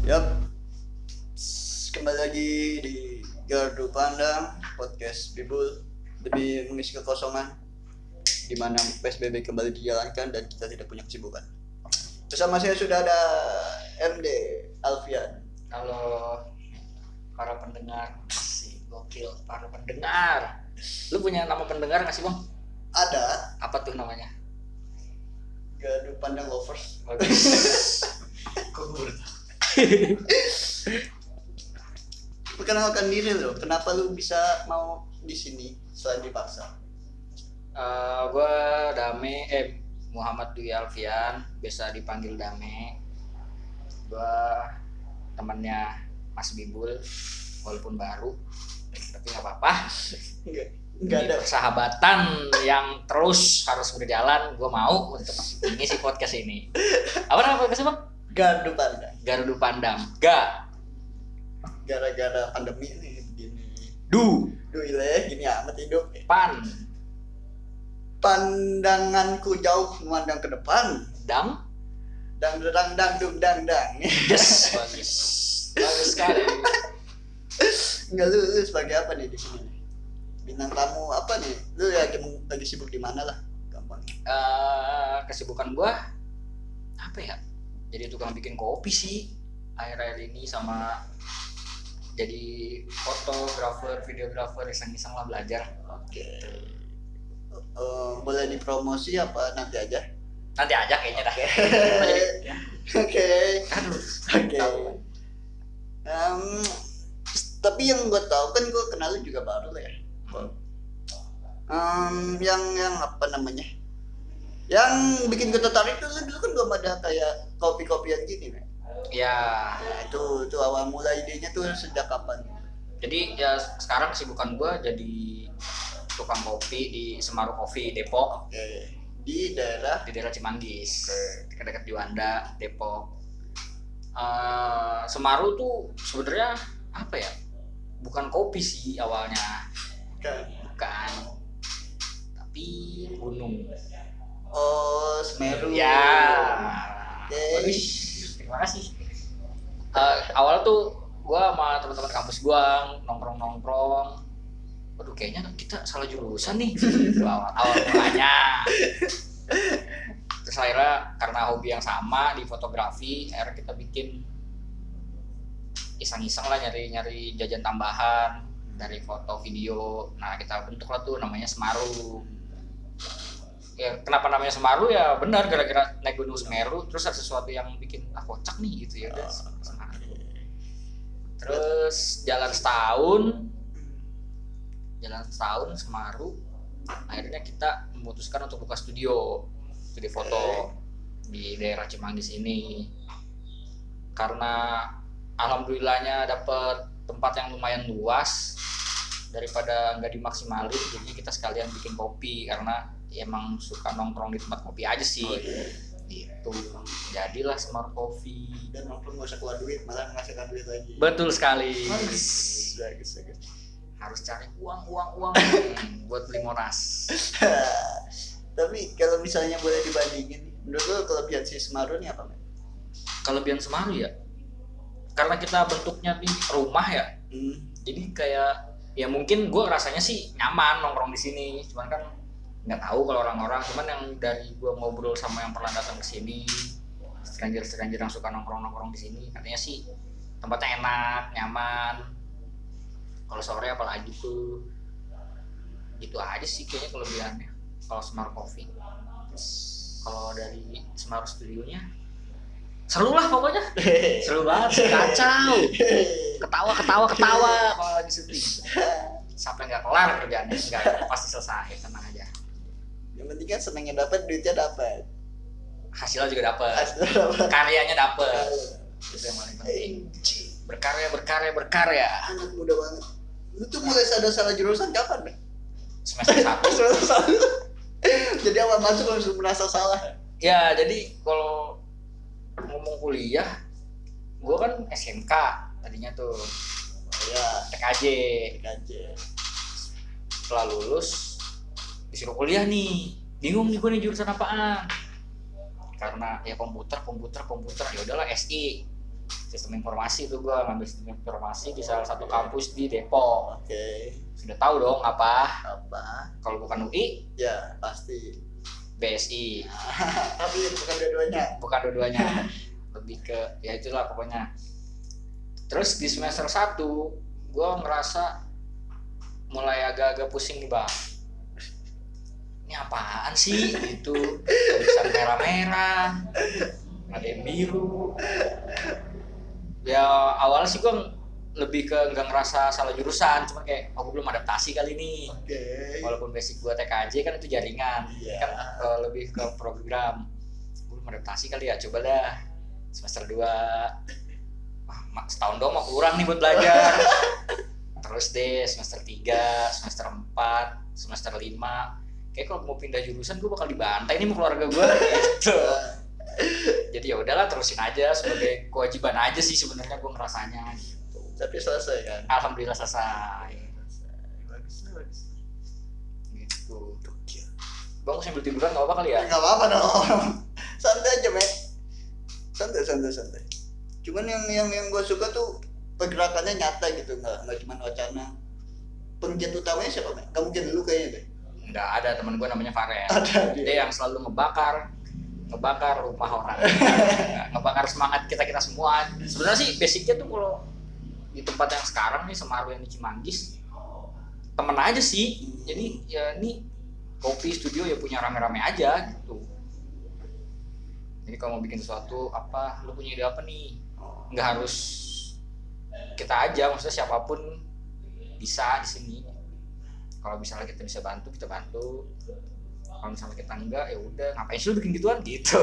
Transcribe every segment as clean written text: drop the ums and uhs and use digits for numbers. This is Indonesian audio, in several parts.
Yap, kembali lagi di Gardu Pandang Podcast Bibul demi mengisi kekosongan di mana PSBB kembali dijalankan dan kita tidak punya kesibukan. Bersama saya sudah ada MD Alfian. Halo para pendengar, masih gokil para pendengar. Lu punya nama pendengar nggak sih bang? Ada Apa tuh namanya? Gardu Pandang Lovers. Kubur. Perkenalkan diri lo, kenapa lu bisa mau di sini selain dipaksa? Gue Muhammad Dwi Alfian, biasa dipanggil Dame. Gue temannya Mas Bibul, walaupun baru, tapi nggak apa-apa. Enggak ada Persahabatan yang terus harus berjalan. Gue mau untuk mengisi podcast ini. Apa nama podcastnya bang? Gardu Pandang. Gardu Pandang. Ga. Gara-gara pandemi nih begini. Du. Duh gini amat hidup. Pan. Pandanganku jauh memandang ke depan. Dang. Dang dung dang. Yes. Bagus. Bagus sekali. Enggak, lu sebagai apa nih di sini? Bintang tamu apa nih? Lu lagi sibuk di mana lah? Gampang. Kesibukan gua apa ya? Jadi tukang bikin kopi sih akhir-akhir ini, sama jadi fotografer, videografer, iseng-iseng lah belajar. Oke. Boleh dipromosi apa nanti aja? Nanti aja kayaknya dah. Oke. Oke. Tapi yang gue tahu kan gue kenal lu juga baru lah ya. Yang apa namanya? Yang bikin gue tertarik tuh dulu kan belum ada kayak kopi-kopian gini kan? Ya. Nah, itu awal mula idenya tuh sejak kapan? Jadi ya sekarang kesibukan gua jadi tukang kopi di Semaru Coffee Depok. Oke. Di daerah Cimanggis. Dekat-dekat Juanda, Depok. Semaru tuh sebenarnya apa ya? Bukan kopi sih awalnya. Bukan. Tapi gunung. Oh, Semeru. Ya. Oke. Terima kasih. Awal tuh gua sama teman-teman kampus gua nongkrong. Waduh, kayaknya kita salah jurusan nih. Itu awal mulanya. Terus akhirnya karena hobi yang sama di fotografi, akhirnya kita bikin iseng-iseng lah nyari jajan tambahan dari foto video. Nah, kita bentuk lah tuh namanya Semaru. Ya kenapa namanya Semaru ya benar gara-gara naik gunung Semeru terus ada sesuatu yang bikin kocak nih gitu ya udah Semaru. Terus jalan setahun Semaru, akhirnya kita memutuskan untuk buka studio foto di daerah Cimanggis ini karena alhamdulillahnya dapet tempat yang lumayan luas daripada nggak dimaksimalin, jadi kita sekalian bikin kopi karena ya emang suka nongkrong di tempat kopi aja sih. Gitu. Jadilah Smart Coffee. Dan nongkrong nggak usah keluar duit, malah menghasilkan duit lagi. Betul sekali. Bagus. Harus cari uang buat beli Monas. Tapi kalau misalnya boleh dibandingin, menurut lo kelebihan si Semaru ini apa? Kelebihan Semaru ya, karena kita bentuknya di rumah ya. Jadi kayak ya mungkin gue rasanya sih nyaman nongkrong di sini, cuman kan nggak tahu kalau orang-orang, cuman yang dari gue ngobrol sama yang pernah datang ke sini, stranger yang suka nongkrong di sini, katanya sih tempatnya enak, nyaman. Kalau sore apalagi tuh, gitu aja sih kayaknya kelebihannya. Kalau Smart Coffee, kalau dari Smart Studionya seru lah pokoknya, seru banget, kacau, ketawa kalau lagi syuting, sampai nggak kelar kerjaannya, nggak pasti selesai, tenang aja. Yang penting kan senangnya dapat, duitnya dapat, hasilnya juga dapat, karyanya dapat, itu yang paling penting. Berkarya. Anak muda banget. Lu tuh mulai salah jurusan kapan? Semester 1. Jadi awal masuk langsung merasa salah. Ya, jadi kalau ngomong kuliah, gue kan SMK tadinya tuh, ya TKJ. Setelah lulus disuruh kuliah nih, bingung nih gue nih jurusan apaan, karena ya komputer ya udahlah SI Sistem informasi tuh gue ngambil sistem informasi di salah satu kampus di Depok. Oke. Sudah tahu dong apa? Kalau bukan UI? Ya pasti. BSI. Tapi bukan dua-duanya. Bukan dua-duanya. Lebih ke ya itulah pokoknya. Terus di semester 1 gue ngerasa mulai agak-agak pusing nih bang. Ini apaan sih? Itu tulisan merah-merah, ada yang biru. Ya awalnya sih gue lebih ke nggak ngerasa salah jurusan, cuma kayak aku belum adaptasi kali ini. Walaupun basic gue TKJ kan itu jaringan, kan lebih ke program. Gue belum adaptasi kali ya, coba dah semester 2. Setahun doang mau kurang nih buat belajar. Terus deh semester 3, semester 4, semester 5. Kayak kalau mau pindah jurusan gue bakal dibantai nih sama keluarga gue gitu. Jadi ya udahlah terusin aja sebagai kewajiban aja sih sebenarnya gue ngerasanya gitu. Tapi selesai kan? Alhamdulillah selesai. Bagus. Gitu. Bang sambil tiduran nggak apa kali ya? Nggak apa dong. Santai aja Mek. Santai. Cuman yang gue suka tuh pergerakannya nyata gitu, nggak cuma wacana. Penggiat utamanya siapa Mek? Nggak mungkin dulu kayaknya deh. Nggak ada, teman gue namanya Faren. Ada dia yang selalu ngebakar rumah orang. Ngebakar semangat kita semua. Sebenarnya sih basicnya tuh kalau di tempat yang sekarang nih Semarang yang di Cimanggis temen aja sih. Jadi ya ini kopi studio ya punya rame-rame aja gitu. Jadi kalau mau bikin sesuatu apa, lu punya ide apa nih? Nggak harus kita aja, maksudnya siapapun bisa di sini. Kalau misalnya kita bisa bantu, kita bantu. Kalau misalnya kita enggak, ya udah ngapain sih lu bikin gituan gitu.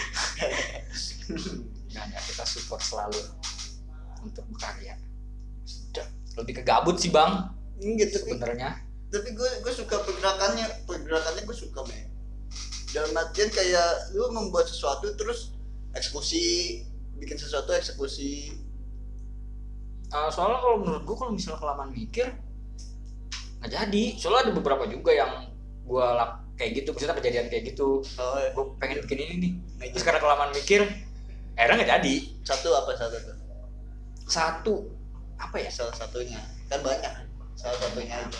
Nah, kita support selalu untuk berkarya. Lebih ke gabut sih bang, gitu sebenarnya. Tapi gue suka pergerakannya gue suka Mek. Dalam artian kayak lu membuat sesuatu terus eksekusi, bikin sesuatu eksekusi. Soalnya kalau menurut gue kalau misalnya kelamaan mikir nggak jadi. Soalnya ada beberapa juga yang gue kayak gitu, maksudnya kejadian kayak gitu. Gue pengen bikin ini nih, terus karena kelamaan mikir akhirnya nggak jadi. Satu apa ya? Salah satunya kan banyak, salah satunya aja.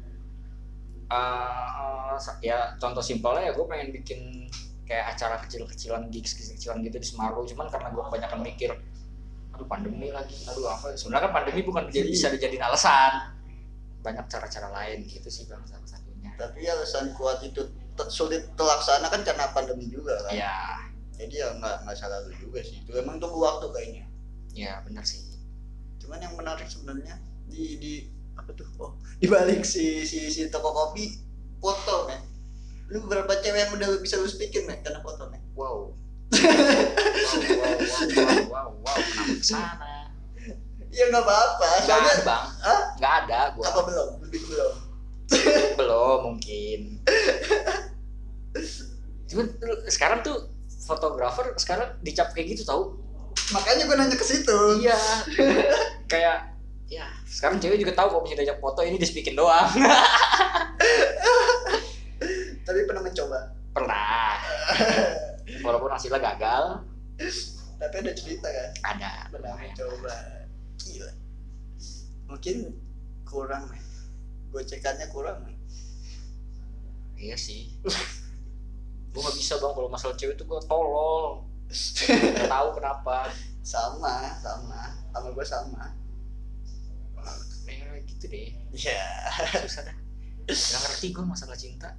Ya contoh simpelnya ya gue pengen bikin kayak acara kecil-kecilan, gigs kecil-kecilan gitu di Semarang, cuman karena gue kebanyakan mikir aduh pandemi lagi, aduh apa, sebenarnya kan pandemi bukan bisa dijadiin alasan, banyak cara-cara lain gitu sih bang salah satunya. Tapi alasan kuat itu sulit terlaksana kan karena pandemi juga kan. Ya jadi ya nggak salah lu juga sih, itu emang tunggu waktu kayaknya. Ya benar sih. Cuman yang menarik sebenarnya di apa tuh, di balik si toko kopi foto men. Lu berapa cewek yang udah bisa lu speakin men karena foto men? Wow, kenapa kesana? Ya nggak apa-apa. Nggak ada bang, nggak ada gua. Apa belum? Belum mungkin. Cuman sekarang tuh fotografer sekarang dicap kayak gitu tau. Makanya gue nanya ke situ. Iya. Kayak ya sekarang cewek juga tahu kalau misalnya diajak foto ini di-speakin doang. Tapi pernah mencoba? Pernah. Walaupun hasilnya gagal. Tapi ada cerita kan? Ada. Pernah mencoba. Gila. Mungkin kurang nih. Gocekannya kurang nih. Iya sih. Gue nggak bisa bang kalau masalah cewek tuh gue tolol. Gak tahu kenapa. Sama gue sama. Ya gitu deh. Iya. Susah dah. Gak ngerti gue masalah cinta.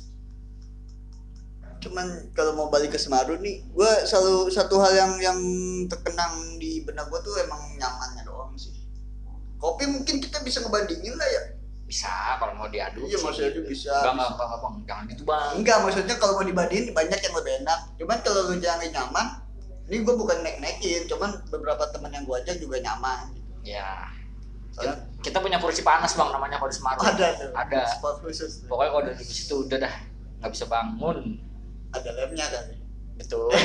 Cuman kalau mau balik ke Semarang nih, gue selalu satu hal yang terkenang di benak gue tuh emang nyamannya doang sih. Kopi mungkin kita bisa ngebandingin lah ya. Bisa kalau mau diadu. Iya maksudnya itu bisa. Enggak bang, jangan gitu bang. Enggak, maksudnya kalau mau dibandingin banyak yang lebih enak. Cuman kalau lu jangan nyaman, ini gue bukan naik-naikin, cuman beberapa teman yang gue ajak juga nyaman. Ya. Soalnya kita punya kursi panas bang, namanya kalau di Semarang. Ada tuh. Ada. Spot khusus. Pokoknya kalau udah di situ udah dah nggak bisa bangun. Ada lemnya kan. Betul.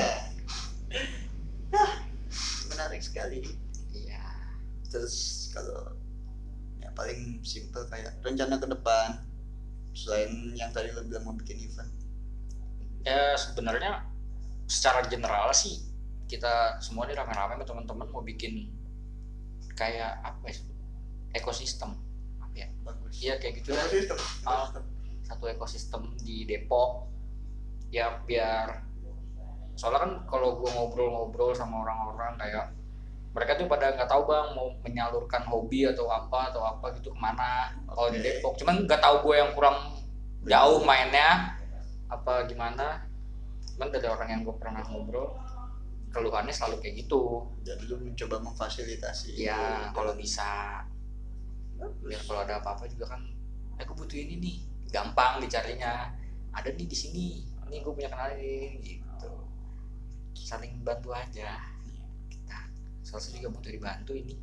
Menarik sekali. Iya. Terus kalau ya paling simple kayak rencana ke depan selain yang tadi lo bilang mau bikin event. Ya sebenarnya secara general sih kita semua nih rame-rame sama teman-teman mau bikin kayak apa ya, ekosistem apa ya, bagus. Iya kayak gitu lah. Ekosistem. Satu ekosistem di Depok ya, biar soalnya kan kalau gue ngobrol-ngobrol sama orang-orang kayak mereka tuh pada nggak tahu bang mau menyalurkan hobi atau apa gitu kemana kalau di Depok, cuman nggak tahu gue yang kurang jauh mainnya apa gimana. Cuman dari orang yang gue pernah ngobrol keluhannya selalu kayak gitu. Jadi lu mencoba memfasilitasi. Iya kalau bisa, biar kalau ada apa-apa juga kan, aku butuh ini nih, gampang dicarinya, ada nih di sini, ini gue punya kenalan ini gitu, saling bantu aja. Kita soalnya juga butuh dibantu ini.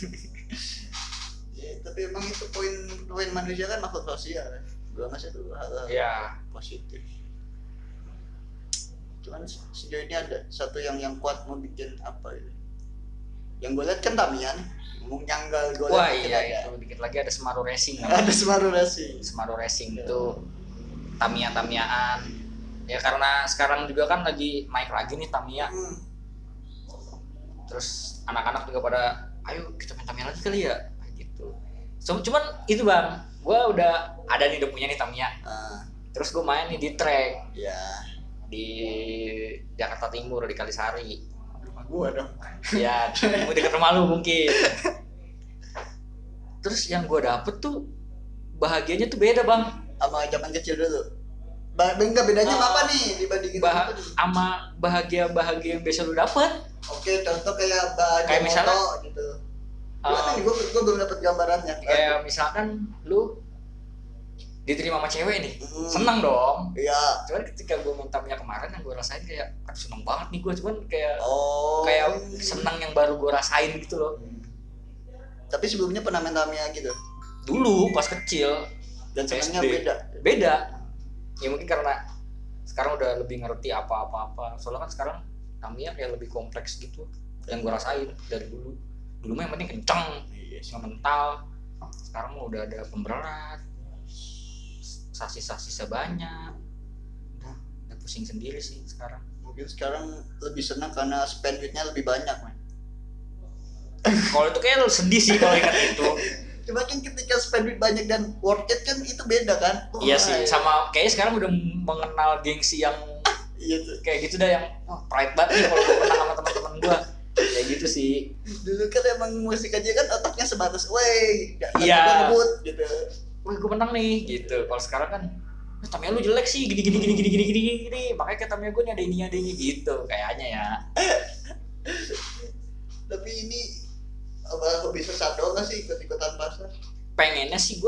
Ya, tapi emang itu poin manusia kan makhluk sosial ya. Gua ngasih tuh hal positif. Cuman sejauh ini ada satu yang kuat mau bikin apa ini. Yang gue lihat kan Tamiya nih, ngomong nyanggal gue lihat. Wah iya itu dikit lagi ada Semaru Racing. Ada Semaru Racing. Semaru Racing itu Tamiya-Tamiyaan. Ya karena sekarang juga kan lagi naik lagi nih Tamiya. Terus anak-anak juga pada ayo kita main Tamiya lagi kali ya gitu. Cuman itu bang, gue udah ada nih, udah punya nih Tamiya. Terus gue main nih di track. Ya. Di Jakarta Timur di Kalisari. Rumah gua dong. Ya, dekat rumah lu mungkin. Terus yang gua dapet tuh bahagianya tuh beda bang. Sama zaman kecil dulu. Enggak bedanya apa nih dibandingin sama bahagia yang biasa lu dapet. Oke, contoh kayak bahagia kayak misalnya, gitu. Gimana nih? Gua belum dapet gambarannya. Kayak misalkan lu diterima sama cewek nih, seneng dong. Iya. Cuman ketika gue main Tamiya kemarin yang gue rasain kayak seneng banget nih gue, cuman kayak kayak seneng yang baru gue rasain gitu loh. Tapi sebelumnya pernah main Tamiya gitu? Dulu pas kecil. Dan senengnya beda. Ya mungkin karena sekarang udah lebih ngerti apa-apa. Soalnya kan sekarang Tamiya kayak lebih kompleks gitu. Yang gue rasain dari dulu. Dulu mah yang penting kenceng, yang mental. Sekarang udah ada pemberat. Sasis-sasisnya banyak, udah pusing sendiri sih sekarang. Mungkin sekarang lebih senang karena spend duitnya lebih banyak, man. Kalau itu kayak sedih sih kalau ingat itu. Cuma kan ketika spend duit banyak dan worth it kan itu beda kan? Iya sih, sama kayaknya sekarang udah mengenal gengsi yang iya tuh. Kayak gitu dah yang pride banget nih kalau gue menang sama teman-teman gue. Kayak gitu sih. Dulu kan emang musik aja kan otaknya sebatas, weh, iya. Gue ngebut gitu. Wih gue menang nih gitu. Kalau sekarang kan Tamiya lu jelek sih gini makanya kayak Tamiya gue nih ada ini gitu kayaknya ya. Tapi ini apa hobi sesat doang gak sih ikut-ikutan pasar? Pengennya sih gue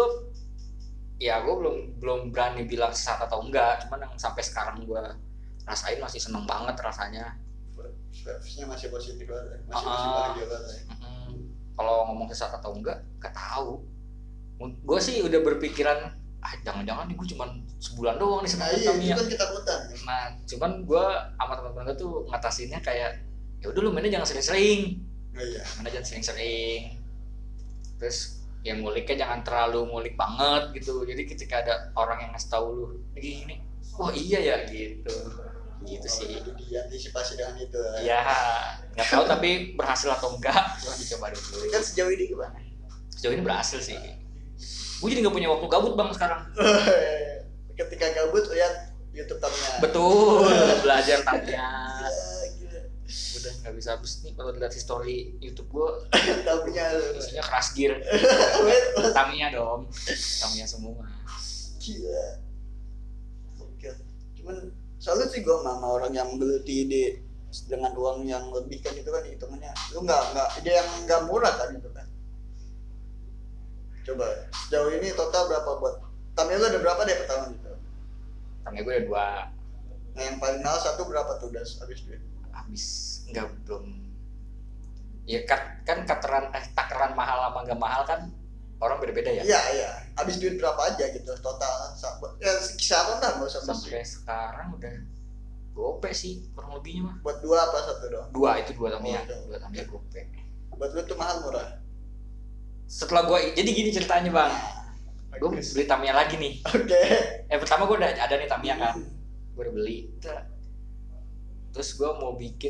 belum berani bilang sesat atau enggak, cuman yang sampai sekarang gue rasain masih seneng banget rasanya. Vibes-nya masih positif banget, masih bahagia banget. Kalau ngomong sesat atau enggak tahu. Gue sih udah berpikiran jangan-jangan nih gue cuman sebulan doang nih sama Tamiya. Itu kan ketakutan. Nah, cuman gue sama teman-teman gue tuh ngatasinnya kayak ya udah lu mainnya jangan sering-sering. Iya. Mainnya jangan sering-sering. Terus ya nguliknya jangan terlalu ngulik banget gitu. Jadi ketika ada orang yang ngasih tahu lu gini, wah iya ya gitu. Gitu sih. Diantisipasi dengan itu. Ya, nggak tahu tapi berhasil atau enggak. Coba dicoba dulu. Kan sejauh ini gimana? Sejauh ini berhasil sih. Gue jadi nggak punya waktu gabut bang sekarang. Ketika gabut lihat YouTube Tamiya. Betul, belajar Tamiya. Udah nggak bisa habis nih kalau lihat history YouTube gue. Tamiya. Isinya keras gear. Tamiya dong. Tamiya semua. Gila. Oke. Cuman soalnya sih gue sama orang yang menggeluti ide dengan uang yang lebih kan itu kan hitungannya. Lu nggak ide yang nggak murah kan itu kan. Coba sejauh ini total berapa buat Tamiya lu ada berapa deh pertama gitu? Tamiya gue ada 2. Nah yang paling mahal satu berapa tuh udah habis duit? Habis enggak belum. Ya kan takaran mahal sama enggak mahal kan orang beda-beda ya. Iya. Habis duit berapa aja gitu total? Ya kisaran lah nggak usah sampai sekarang udah gope sih kurang lebihnya mah. Buat 2 apa 1 doang? 2 Tamiya. 2 Tamiya gope. Buat lu tuh mahal murah? Setelah gue jadi gini ceritanya bang, gue beli Tamiya lagi nih. Oke. Pertama gue udah ada nih Tamiya kan, gue udah beli. Terus gue mau bikin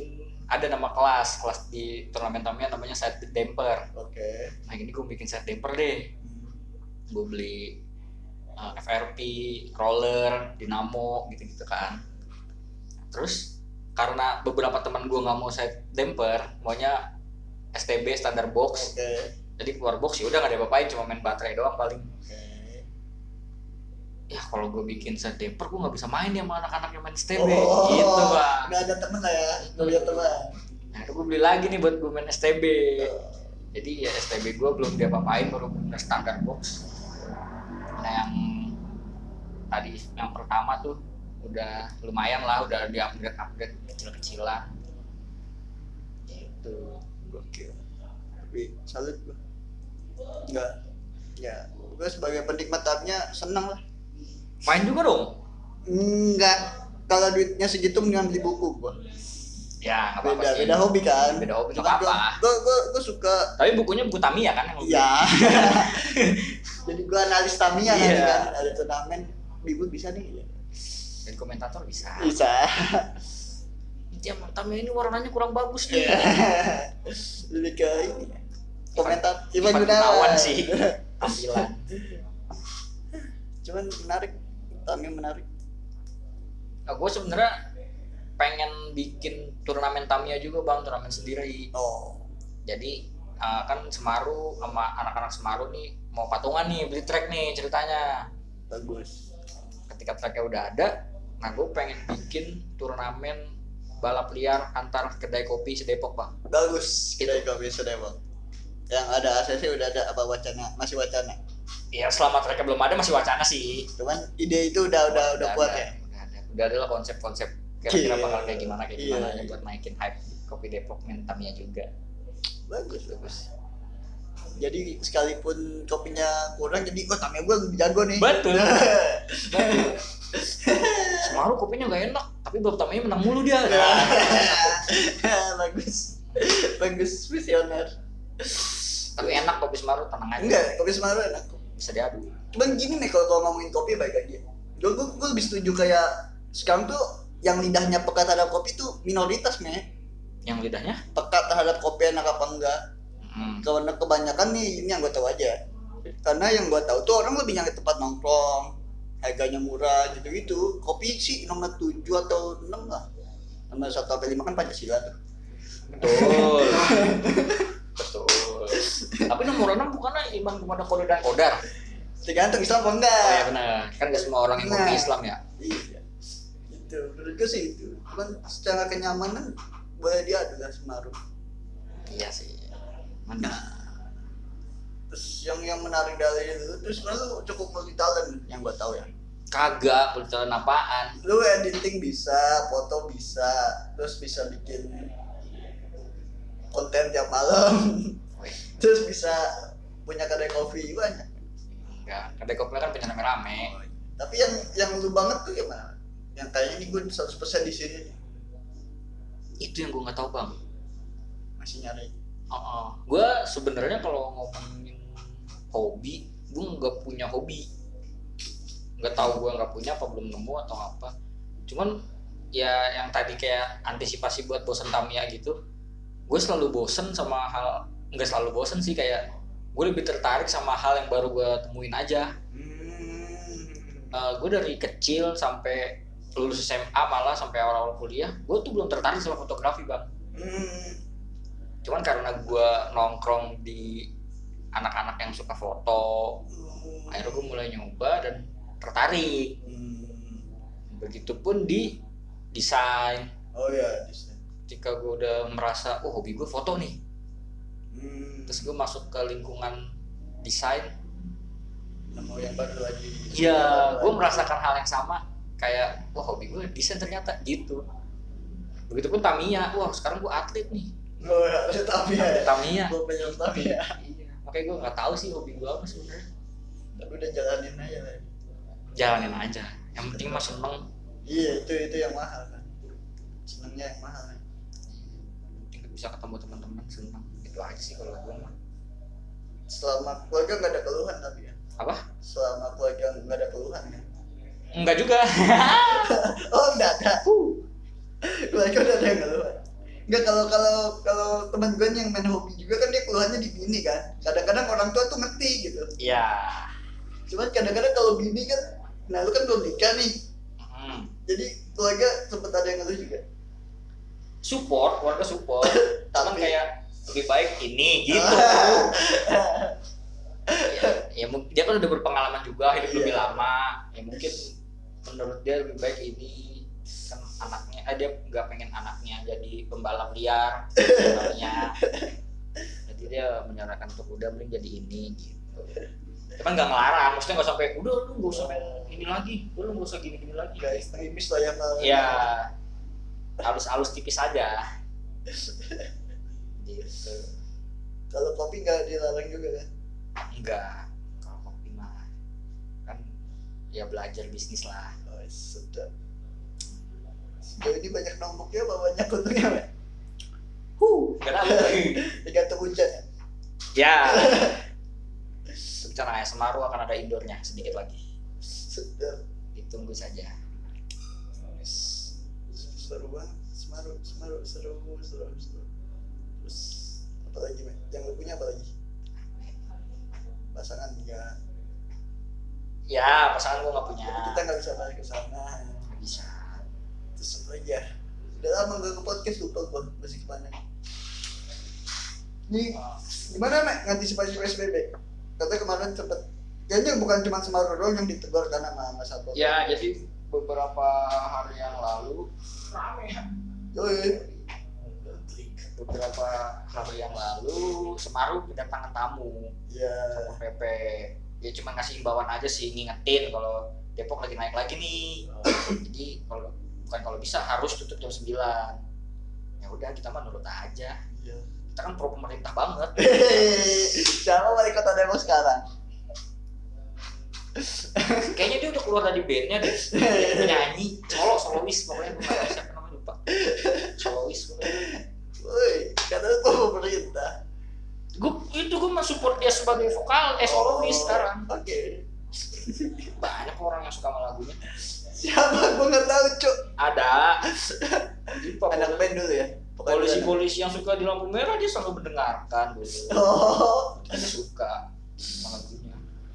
ada nama kelas di turnamen Tamiya namanya side damper. Oke. Nah ini gue bikin side damper deh. Gue beli FRP, roller, dinamo gitu-gitu kan. Terus karena beberapa teman gue nggak mau side damper, maunya STB standar box. Jadi keluar box ya udah nggak ada apa-apain, cuma main baterai doang paling. Ya kalau gue bikin side damper gue nggak bisa main ya sama anak-anak yang main STB gitu bang. Nggak ada temen lah ya, nggak punya teman. Nah itu gue beli lagi nih buat gue main STB. Jadi ya STB gue belum diapa-apain, baru bener standar box. Nah yang pertama tuh udah lumayan lah, udah di upgrade kecil-kecilan. Gitu. Gokil. Tapi salut gue. Enggak. Ya, gue sebagai penikmat Tamiya seneng lah. Main juga dong? Enggak. Kalau duitnya segitu mendingan beli buku gue. Ya, nggak apa-apa sih. Beda hobi kan. Beda hobi nggak apa-apa. Gue suka. Tapi bukunya buku Tamiya kan yang Iya. Jadi gue analis Tamiya nanti kan. Ada turnamen, Bibu bisa nih. Dan komentator bisa. Ya, Tamiya ini warnanya kurang bagus nih. Lebih ke ini. Komentar Ivan Gunawan sih. Tampilan. Cuman menarik. Tamiya menarik. Nah, gue sebenarnya pengen bikin turnamen Tamiya juga bang, turnamen sendiri. Jadi kan Semaru sama anak-anak Semaru nih mau patungan nih, beli track nih ceritanya. Bagus. Ketika tracknya udah ada, nah gue pengen bikin turnamen balap liar antar kedai kopi sedepok bang. Bagus, kedai kopi sedepok. Yang ada ACC udah ada apa wacana? Masih wacana? Iya selama tracknya belum ada masih wacana sih. Cuman ide itu udah kuat ada, ya. Udah ada lah konsep-konsep kira-kira bakal kayak gimana Iya. buat naikin hype kopi Depok main Tamiya juga. Bagus. Jadi sekalipun kopinya kurang jadi Tamiya gue lebih jago nih. Betul. Semaru kopinya nggak enak, tapi balap Tamiya menang mulu dia. Bagus visioner. Tapi enak kopi Semaru, tenang aja. Enggak, kopi Semaru enak. Bisa diadu. Cuman gini nih kalau ngomongin kopi baik aja. Gue lebih setuju kayak sekarang tuh yang lidahnya peka terhadap kopi tuh minoritas nih. Yang lidahnya? Peka terhadap kopi enak apa enggak. Karena kebanyakan nih ini yang gue tahu aja. Karena yang gue tahu tuh orang lebih nyari tempat nongkrong, harganya murah gitu-gitu. Kopi sih nomor 7 atau 6 lah. Nomor 1 sampai 5 kan Pancasila tuh. Betul. Betul. Tapi nomor 6 bukannya iman kepada kode dan kodar? Tergantung Islam apa enggak. Oh iya benar. Kan gak semua orang yang ngopi Islam ya. Iya. Itu menurut gue sih itu. Cuman secara kenyamanan boleh dia adalah Semaru. Iya sih. Nah, terus yang menarik dari itu terus lu cukup multi talent yang gua tahu ya. Kagak, multi talent apaan? Lu editing bisa, foto bisa, terus bisa bikin konten tiap malam. Terus bisa punya kedai kopi banyak. Enggak, kedai kopi kan punya rame-rame. Tapi yang lu banget tuh gimana? Yang kayaknya ini gue 100% di sini nih. Itu yang gue nggak tahu bang. Masih nyari. Gue sebenarnya kalau ngomongin hobi, gue nggak punya hobi. Nggak tahu gue nggak punya apa belum nemu atau apa. Cuman ya yang tadi kayak antisipasi buat bosen Tamiya gitu. Gue selalu bosen sama hal, nggak selalu bosen sih, kayak gue lebih tertarik sama hal yang baru gue temuin aja. Gue dari kecil sampai lulus SMA malah sampai awal-awal kuliah, gue tuh belum tertarik sama fotografi bang. Cuman karena gue nongkrong di anak-anak yang suka foto, akhirnya gue mulai nyoba dan tertarik. Begitupun di desain. Oh ya, desain. Ketika gue udah merasa, hobi gue foto nih. Terus gue masuk ke lingkungan desain. Nemu yang baru lagi. Iya, gue merasakan hal yang sama. Kayak, hobi gue desain ternyata gitu. Begitupun Tamiya, sekarang gue atlet nih. Ada Tamiya. Gue pengen Tamiya. Iya, makanya gue nggak tahu sih hobi gue apa sebenarnya. Tapi udah jalanin aja lah. Jalanin aja. Yang penting mah seneng. Iya, itu yang mahal kan. Senengnya yang mahal kan. Penting bisa ketemu teman-teman, seneng. Itu aja sih kalau gue mah. Selama keluarga nggak ada keluhan tapi ya. Apa? Selama keluarga nggak ada keluhan kan. Enggak juga. Oh, enggak ada. Keluarga udah ada yang keluhan. Enggak, kalau teman gue nih yang main hobi juga kan dia keluhannya di bini kan. Kadang-kadang orang tua tuh ngerti gitu. Iya. Cuman kadang-kadang kalau bini kan, nah lu kan belum nikah nih. Jadi keluarga sempet ada yang ngeluh juga. Keluarga support. Cuman kayak lebih baik ini gitu. ya mungkin dia kan udah berpengalaman juga, hidup lebih lama. Ya mungkin menurut dia lebih baik ini kan anaknya, dia nggak pengen anaknya jadi pembalap liar misalnya. Jadi dia menyarankan untuk udah mending jadi ini gitu. Cuman nggak ngelarang, maksudnya nggak sampai udah lu nggak usah ini lagi, lu nggak usah gini lagi. Guys, ekstremis lah yang ya halus tipis aja gitu. Kalau kopi nggak dilarang juga kan? Enggak, kalau kopi mah kan ya belajar bisnis lah. Oh, sedap. Sejauh ini banyak nomboknya apa banyak untungnya, Pak? Kenapa? Tergantung hujan ya? Ya. Rencana Semeru akan ada indoornya sedikit lagi. Sedap. Ditunggu saja. Seru banget. Semeru seru. Terus apa lagi, Mek? Yang lu punya apa lagi? Pasangan enggak? Ya, pasangan gua nggak punya. Kita nggak bisa balik ke sana. Nggak bisa. Terus apa lagi ya? Udah lama nggak ke podcast, lupa gua masih kemana. Nih, gimana, Mek, ngantisipasi PSBB? Katanya kemarin cepet. Kayaknya bukan cuma Semeru doang yang ditegur karena sama Satpol. Ya, jadi beberapa hari yang lalu beberapa hari yang lalu Semeru kedatangan tamu. Iya. Satpol PP. Ya cuma ngasih imbauan aja sih, ngingetin kalau Depok lagi naik lagi nih. Jadi kalau bisa harus tutup jam 9. Ya udah, kita mah nurut aja. Iya. Kita kan pro pemerintah banget. Siapa wali kota Depok sekarang? Kayaknya dia udah keluar dari bandnya deh. Dia penyanyi, solois pokoknya, gue nggak tahu siapa namanya, lupa. Solois pokoknya. Woi, katanya pro pemerintah. Gue mah support dia sebagai solois sekarang. Oke. Banyak orang yang suka sama lagunya. Siapa? Gue nggak tahu, Cuk. Ada. Anak band dulu ya. Polisi-polisi yang suka di lampu merah dia selalu mendengarkan dulu. Oh. Dia suka sama lagunya.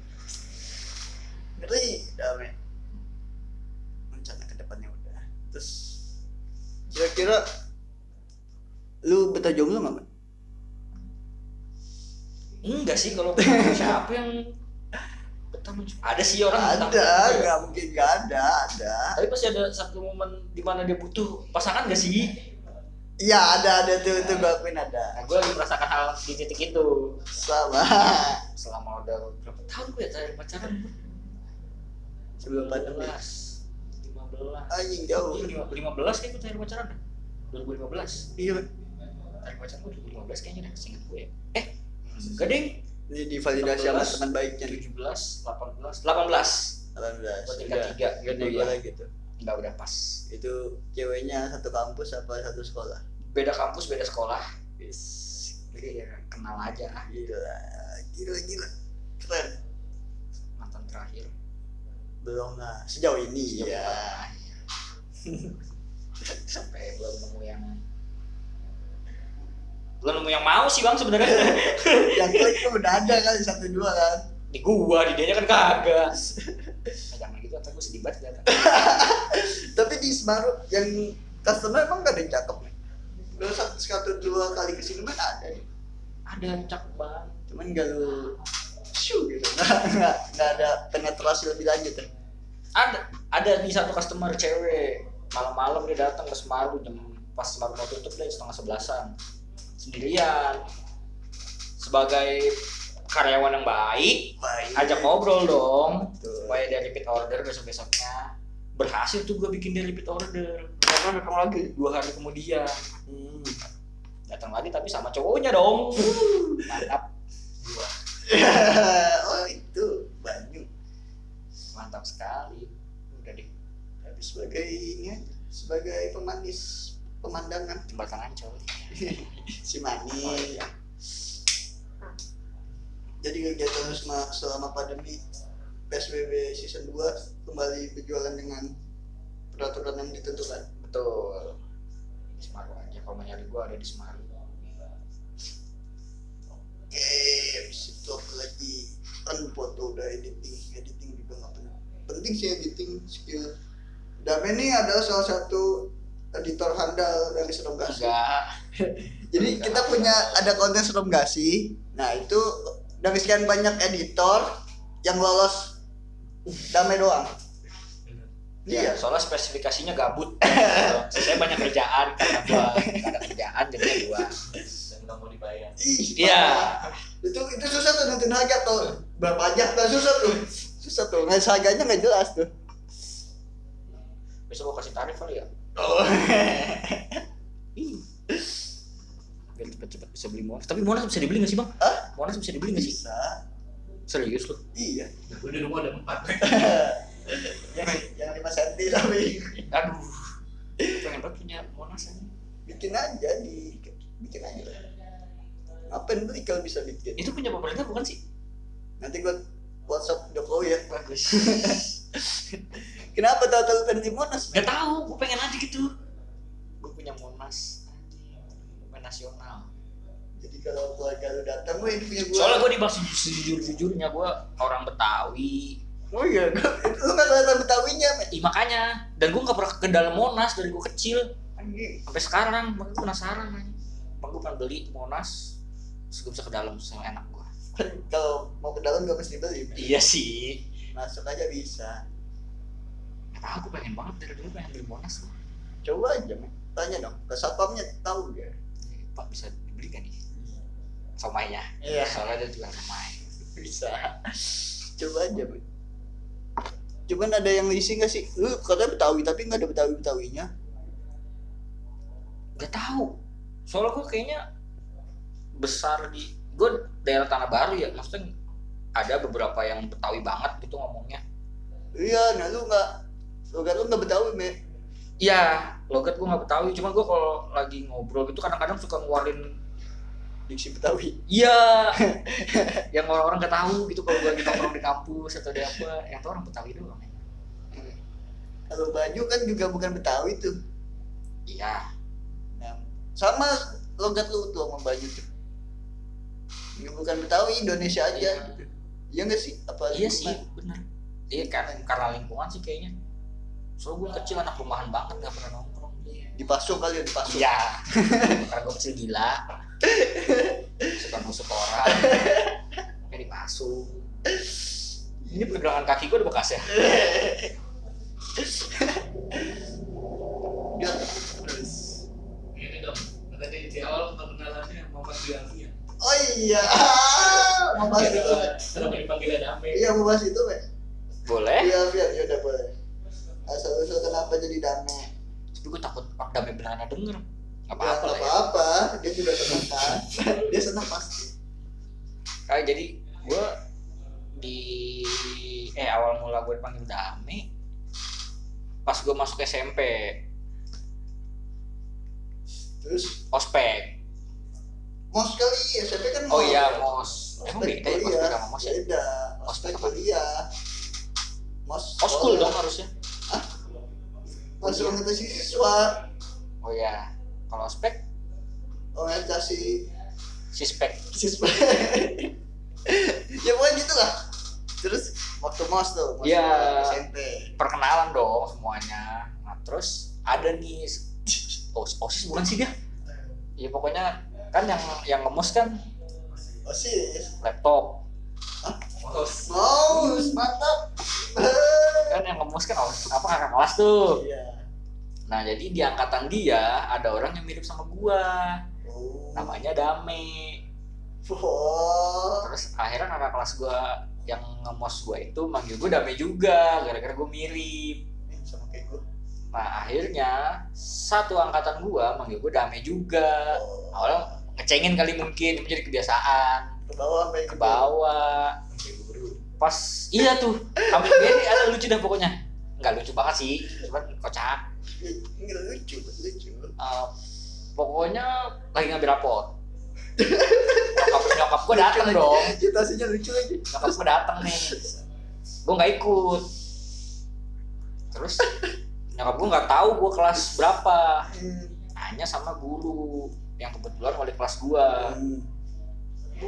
Ngeri, damai. Rencana ke depannya udah. Terus kira-kira lu betah jomblo nggak, Mak? Enggak sih, kalau siapa yang betah? Ada sih orang ada, nggak mungkin nggak ada. Tapi pasti ada satu momen di mana dia butuh pasangan gak sih? Iya, ada tuh gue akuin ada. Nah, gue lagi merasakan hal di titik itu. Sama. Selama udah berapa tahun gue ya terakhir pacaran? Sebelum pandemi. 15. Anjing jauh. 15 kayak gue terakhir pacaran. 2015. Iya. Terakhir pacaran gue 2015 kayaknya dah, seingat gue ya. Enggak deng. Ini divalidasi sama teman baiknya. 17, 18. Berarti Tingkat 3 gitu ya. Gitu. Enggak, udah pas. Itu ceweknya satu kampus apa satu sekolah? Beda kampus, beda sekolah. Yes. Jadi ya kenal aja. Gila. Keren. Mantan terakhir. Belum lah. Sejauh ini ya. Sampai belum nemu yang mau sih Bang sebenarnya. Yang klik tuh udah ada kan 1-2 kan. Di gua, di dianya kan kagak. Jangan gitu, atau gua sedih banget kelihatan. Tapi di Semeru yang customer emang gak ada yang cakep nih. Gue 1-2 kali kesini mah ada nih. Ada yang cakep banget. Cuman gak lu gitu. Nggak ada penetrasi lebih lanjut ya. Ada di satu customer cewek. Malam-malam dia datang ke Semeru pas Semeru mau tutup dia 10:30 sendirian. Sebagai karyawan yang baik. Ajak ngobrol dong. Betul. Supaya dia repeat order besok-besoknya. Berhasil tuh gue bikin dia repeat order. Datang lagi 2 hari kemudian. Datang lagi tapi sama cowoknya dong. Mantap. Oh itu Banyu. Mantap sekali. Udah deh. Tapi sebagai pemanis pemandangan jembatan Ancol. si manis. Jadi kegiatan selama pandemi PSBB season 2 kembali berjualan dengan peraturan yang ditentukan. Betul. Semeru aja. kalau nyari gue ada di Semarang. Oke, habis itu apa lagi? Kan foto udah editing juga nggak penting sih editing skill. Dame ini adalah salah satu editor handal dari Serem Gak Sih. Jadi kita punya ada konten Serem Gak Sih. Nah itu dari sekian banyak editor yang lolos Dame doang. Iya, soalnya spesifikasinya gabut. Saya banyak kerjaan karena gua nggak ada kerjaan jadinya gua nggak mau dibayar. Iya. Itu susah tuh nentuin harga tuh. Berapa pajak tuh susah tuh. Nggak harganya nggak jelas tuh. Besok gua kasih tarif kali ya. Oh. Biar cepet-cepet bisa beli Monas. Tapi Monas bisa dibeli nggak sih bang? Hah? Monas bisa dibeli nggak sih? Bisa. Serius lu? Iya. Gue di rumah ada 4. Yang 5 cm tapi. Aduh. Pengen banget punya Monas aja. Bikin aja bikin aja. Ngapain beli kalau bisa bikin? Itu punya pemerintah bukan sih? Nanti gua WhatsApp Jokowi ya. Bagus. Kenapa tahu pengen di Monas? Gak tahu, gue pengen aja gitu. Gue punya Monas, pemain nasional. Jadi kalau keluarga lu datang, gue ini punya gua. Soalnya gue dibahas jujur-jujurnya gue orang Betawi. Oh iya, lu nggak kelihatan Betawinya, men. Makanya, dan gue nggak pernah ke dalam Monas dari gue kecil Anjing. sampai sekarang. Makanya gue penasaran, man. Bang gue pengen beli Monas, terus gue bisa ke dalam sama enak gue. Kalau mau ke dalam gak mesti beli. Men. Iya sih. Masuk aja bisa. Aku pengen banget dari dulu pengen beli Monas. Coba aja, men. Tanya dong, ke satpamnya tahu dia. Pak bisa dibeli kan nih? Somainya. Iya. Soalnya dia jual somai. Bisa. Coba aja, men. Cuman ada yang isi nggak sih? Lu katanya Betawi tapi nggak ada Betawinya. Gak tahu. Soalnya gue kayaknya besar di gue daerah Tanah Baru ya. Maksudnya ada beberapa yang Betawi banget gitu ngomongnya. Iya, nah lu nggak Betawi, men. Iya, logat gue nggak Betawi. Cuman gue kalau lagi ngobrol gitu kadang-kadang suka ngeluarin Diksi Betawi. iya, yang orang-orang nggak tahu gitu kalau gue lagi nongkrong di kampus atau di apa, yang tahu orang Betawi doang. Kalau baju kan juga bukan Betawi tuh. Iya. Nah, sama logat lu tuh sama baju tuh. Ini bukan Betawi, Indonesia aja Iya. gitu. Iya nggak sih? Apa Iya lingkungan? sih, bener. Iya karena lingkungan sih kayaknya. Soalnya gue kecil anak rumahan banget nggak pernah nongkrong. Dipasung kali ya, dipasung. Iya. Karena gue kecil gila. Suka nusuk orang. Kayak dipasung. Ini pergelangan kaki gue ada bekas ya. Dia terus. Ini dong. Tadi di awal perkenalannya mau pas ya. Oh iya. Mau bahas itu. Kenapa dipanggil Dame? Iya, mau bahas itu, men. Boleh. Iya, ya udah boleh. Asal-usul kenapa jadi Dame? Tapi gue takut Pak Dame beneran denger. Gak Ya, apa-apa lah ya. apa-apa, dia juga senang kan. Dia senang pasti. Kayak jadi gue di awal mula gue dipanggil Dame pas gue masuk SMP Terus ospek. mos kali, SMP kan mos. Oh iya mos. Emang beda ya ospek sama mos ya? Beda. Ospek Ospek apa? kuliah. Mos. Oskul dong harusnya. Masuk orientasi siswa. Oh iya. Kalau ospek Orientasi sispek. siswa. Ya pokoknya gitu lah. Terus waktu mos tuh, mos Iya. SMP. Perkenalan dong semuanya. Nah terus ada nih OSIS bukan sih dia? Ya pokoknya kan yang ngemos kan OSIS. laptop. Mos, mantap. Kan yang ngemos kan apa kakak kelas tuh. Iya. Nah jadi di angkatan dia ada orang yang mirip sama gua. Oh. Namanya Dame. Oh. Terus akhirnya kakak kelas gua yang ngemos gua itu manggil gua Dame juga gara-gara gua mirip. Sama kayak gue. Nah akhirnya satu angkatan gua manggil gua Dame juga. Awalnya ngecengin kali mungkin, cuma jadi kebiasaan. Ke bawah sampai Ke bawah. Pas iya tuh, sampai gini ada lucu dah pokoknya. Enggak lucu banget sih, cuma kocak. Enggak lucu. Pokoknya lagi ngambil rapot. Nyokap gue dateng Lucu dong. lagi. Situasinya lucu lagi. Nyokap gue dateng nih. Gue nggak ikut. Terus nyokap gue nggak tahu gue kelas berapa. Nah nanya sama guru yang kebetulan wali kelas gua. Bu,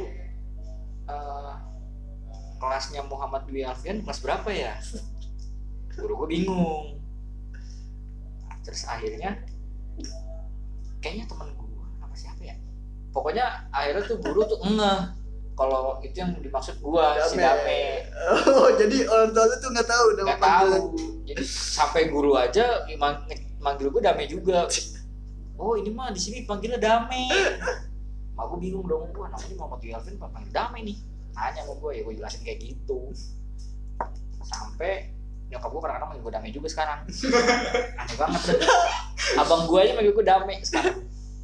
kelasnya Muhammad Dwi Alfian kelas berapa ya? Guru gua bingung. Terus akhirnya kayaknya temen gua apa siapa ya? Pokoknya akhirnya tuh guru tuh ngeh kalau itu yang dimaksud gua si Dame. Oh, jadi orang tua lu tuh nggak tahu nama Nggak tahu. Jadi sampai guru aja manggil gua Dame juga. Oh, ini mah di sini panggilnya Dame. Mak gua bingung dong, gua namanya Muhammad Dwi Alfian panggil Dame nih. Nanya sama gua, ya gua jelasin kayak gitu. Sampai nyokap gua kadang-kadang manggil gua Dame juga sekarang. Aneh banget deh. Abang gua aja manggil gua Dame sekarang.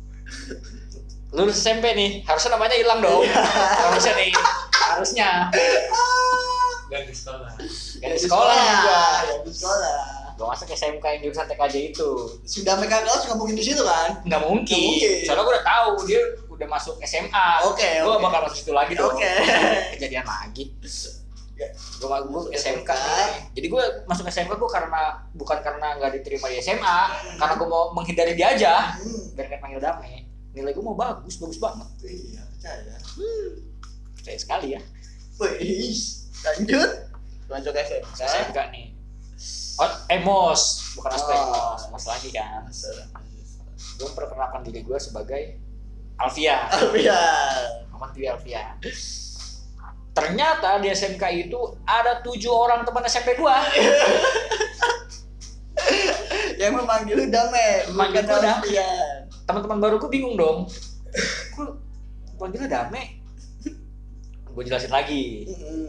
Lulus SMP nih, harusnya namanya hilang dong. Harusnya nih, harusnya. Ganti sekolah. Ganti sekolah juga. Ganti sekolah. Gua masuk SMK yang jurusan TKJ itu. Sudah mereka kelas nggak mungkin di situ kan? Nggak mungkin. Soalnya gua udah tahu dia udah masuk SMA. Gua bakal masuk situ lagi dong. Kejadian lagi. Gua SMK nih. Jadi gua masuk SMK gua bukan karena nggak diterima di SMA, karena gua mau menghindari dia aja. Biar nggak panggil Dame. Nilai gue mau bagus banget. Iya, percaya. Percaya sekali ya. Wih, lanjut SMK nih. Mos, bukan aspek Mos lagi kan. Gue memperkenalkan diri gue sebagai Alfian. Muhammad Dwi Alfian. Ternyata di SMK itu ada 7 orang teman SMP gue. Yang memanggil lu Dame, memanggil gue Dame. Teman-teman baru gue bingung dong. Kok panggilnya Dame? Gue jelasin lagi.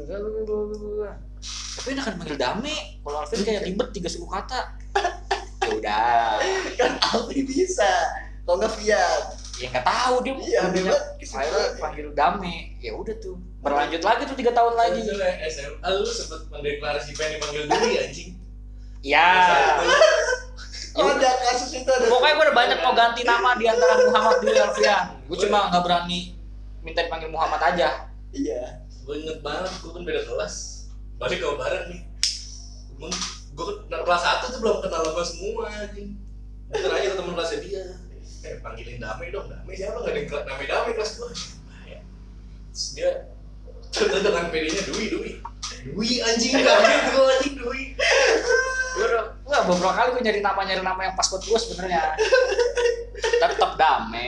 Tapi enakan panggil Dame. Kalau Alfian kayak ribet 3 suku kata. Ya udah. Kan Alfi bisa. Kalau nggak Fiat. Ya nggak tahu dia. Iya, akhirnya panggil Dame. Ya udah tuh. Berlanjut lagi tuh 3 tahun lagi. SMA lu sempet mendeklarasi pengen dipanggil Dwi anjing. Ya. Ada kasus itu ada. Pokoknya gue udah banyak mau ganti nama di antara Muhammad Dwi Alfian. Gue cuma nggak berani minta dipanggil Muhammad aja. Iya. Gue inget banget, gue kan beda kelas. Balik ke Barat nih. Gue kelas 1 tuh belum kenal sama semua anjing. Bentar aja ke temen kelasnya dia. Panggilin Dame dong. Dame siapa? Nggak ada yang namanya Dame kelas gue. Terus dia dengan PD-nya Dwi anjing. Kaget gue anjing Dwi. Gue beberapa kali gue nyari nama yang pas buat gue sebenarnya. Tetap Dame.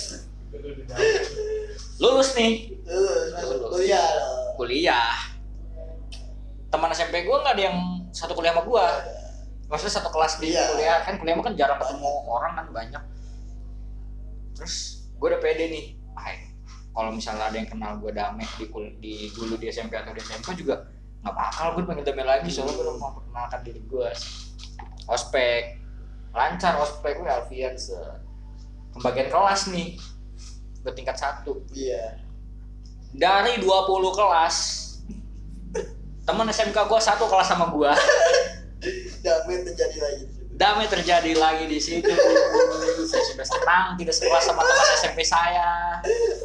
Lulus nih. Kuliah. Teman SMP gue nggak ada yang satu kuliah sama gue. Maksudnya satu kelas di kuliah. Kan kuliah kan jarang ketemu orang kan banyak. Terus gue udah pede nih. Kalau misalnya ada yang kenal gue Dame di dulu di SMP atau di SMK juga nggak bakal gue panggil Dame lagi. Soalnya gue udah mau perkenalkan diri gue. Ospek lancar, ospek gue Alfian pembagian kelas nih bertingkat 1. Iya. Dari 20 kelas teman SMK gue 1 kelas sama gue. Dame terjadi lagi di situ. Saya sudah senang tidak sekelas sama teman SMP saya.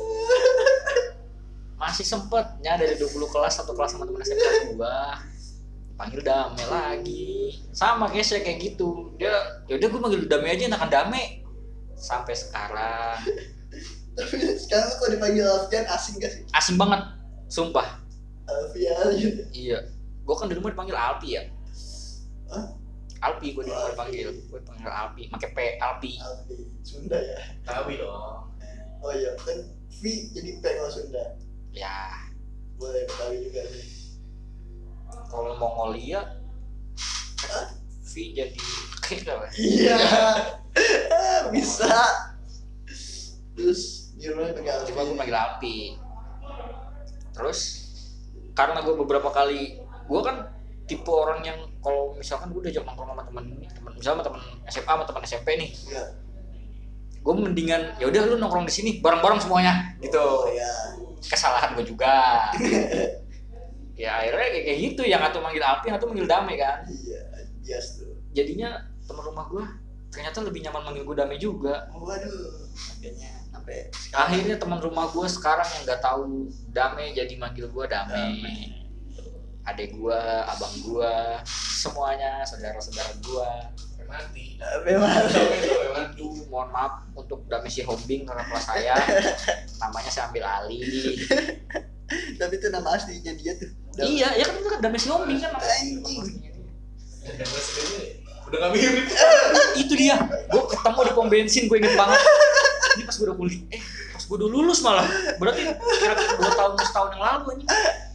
Masih sempetnya dari 20 kelas 1 kelas sama teman SMP gue. Panggil Dame lagi. Sama kayak gitu. Dia yaudah gue manggil Dame aja, enakan Dame. Sampai sekarang. Tapi sekarang kalau dipanggil Alfian asing gak sih? Asing banget, sumpah. Alfian gitu. Iya. Gue kan di rumah dipanggil Alpi ya. Hah? Alpi gue di rumah dipanggil. Gue dipanggil Alpi, pakai P, Alpi. Alfi, Sunda ya. Tawi dong. Oh iya, kan V jadi P kalau Sunda. Ya. Boleh Betawi juga sih. Kalau Mongolia V jadi apa? Iya. Bisa. Terus di rumah panggil Alfi. Coba gue panggil Alpi. Terus karena gue beberapa kali, gue kan tipe orang yang kalau misalkan gue diajak nongkrong sama teman misalnya sama teman SMA sama teman SMP nih, Iya. gue mendingan ya udah lu nongkrong di sini bareng-bareng semuanya gitu. Oh iya. Kesalahan gue juga. Ya akhirnya kayak gitu, yang atau manggil Alpi atau manggil Dame kan. Iya, bias tuh. Jadinya teman rumah gue ternyata lebih nyaman manggil gue Dame juga. Waduh, makanya sampai Akhirnya teman rumah gue sekarang yang nggak tahu Dame jadi manggil gue Dame. Adek gue, abang gue, semuanya saudara-saudara gue. mati. Memang. Itu mohon maaf untuk Damai si Hombing kakak kelas saya. Namanya saya ambil alih. Tapi itu nama aslinya dia tuh. Iya, ya kan itu kan Damai si Hombing kan namanya. Anjing. Dan aslinya udah nggak mirip. Itu dia. Gue ketemu di pom bensin, gue inget banget. Ini pas gue udah kuliah. Pas gue udah lulus malah. Berarti kira-kira 2 tahun yang lalu anjing.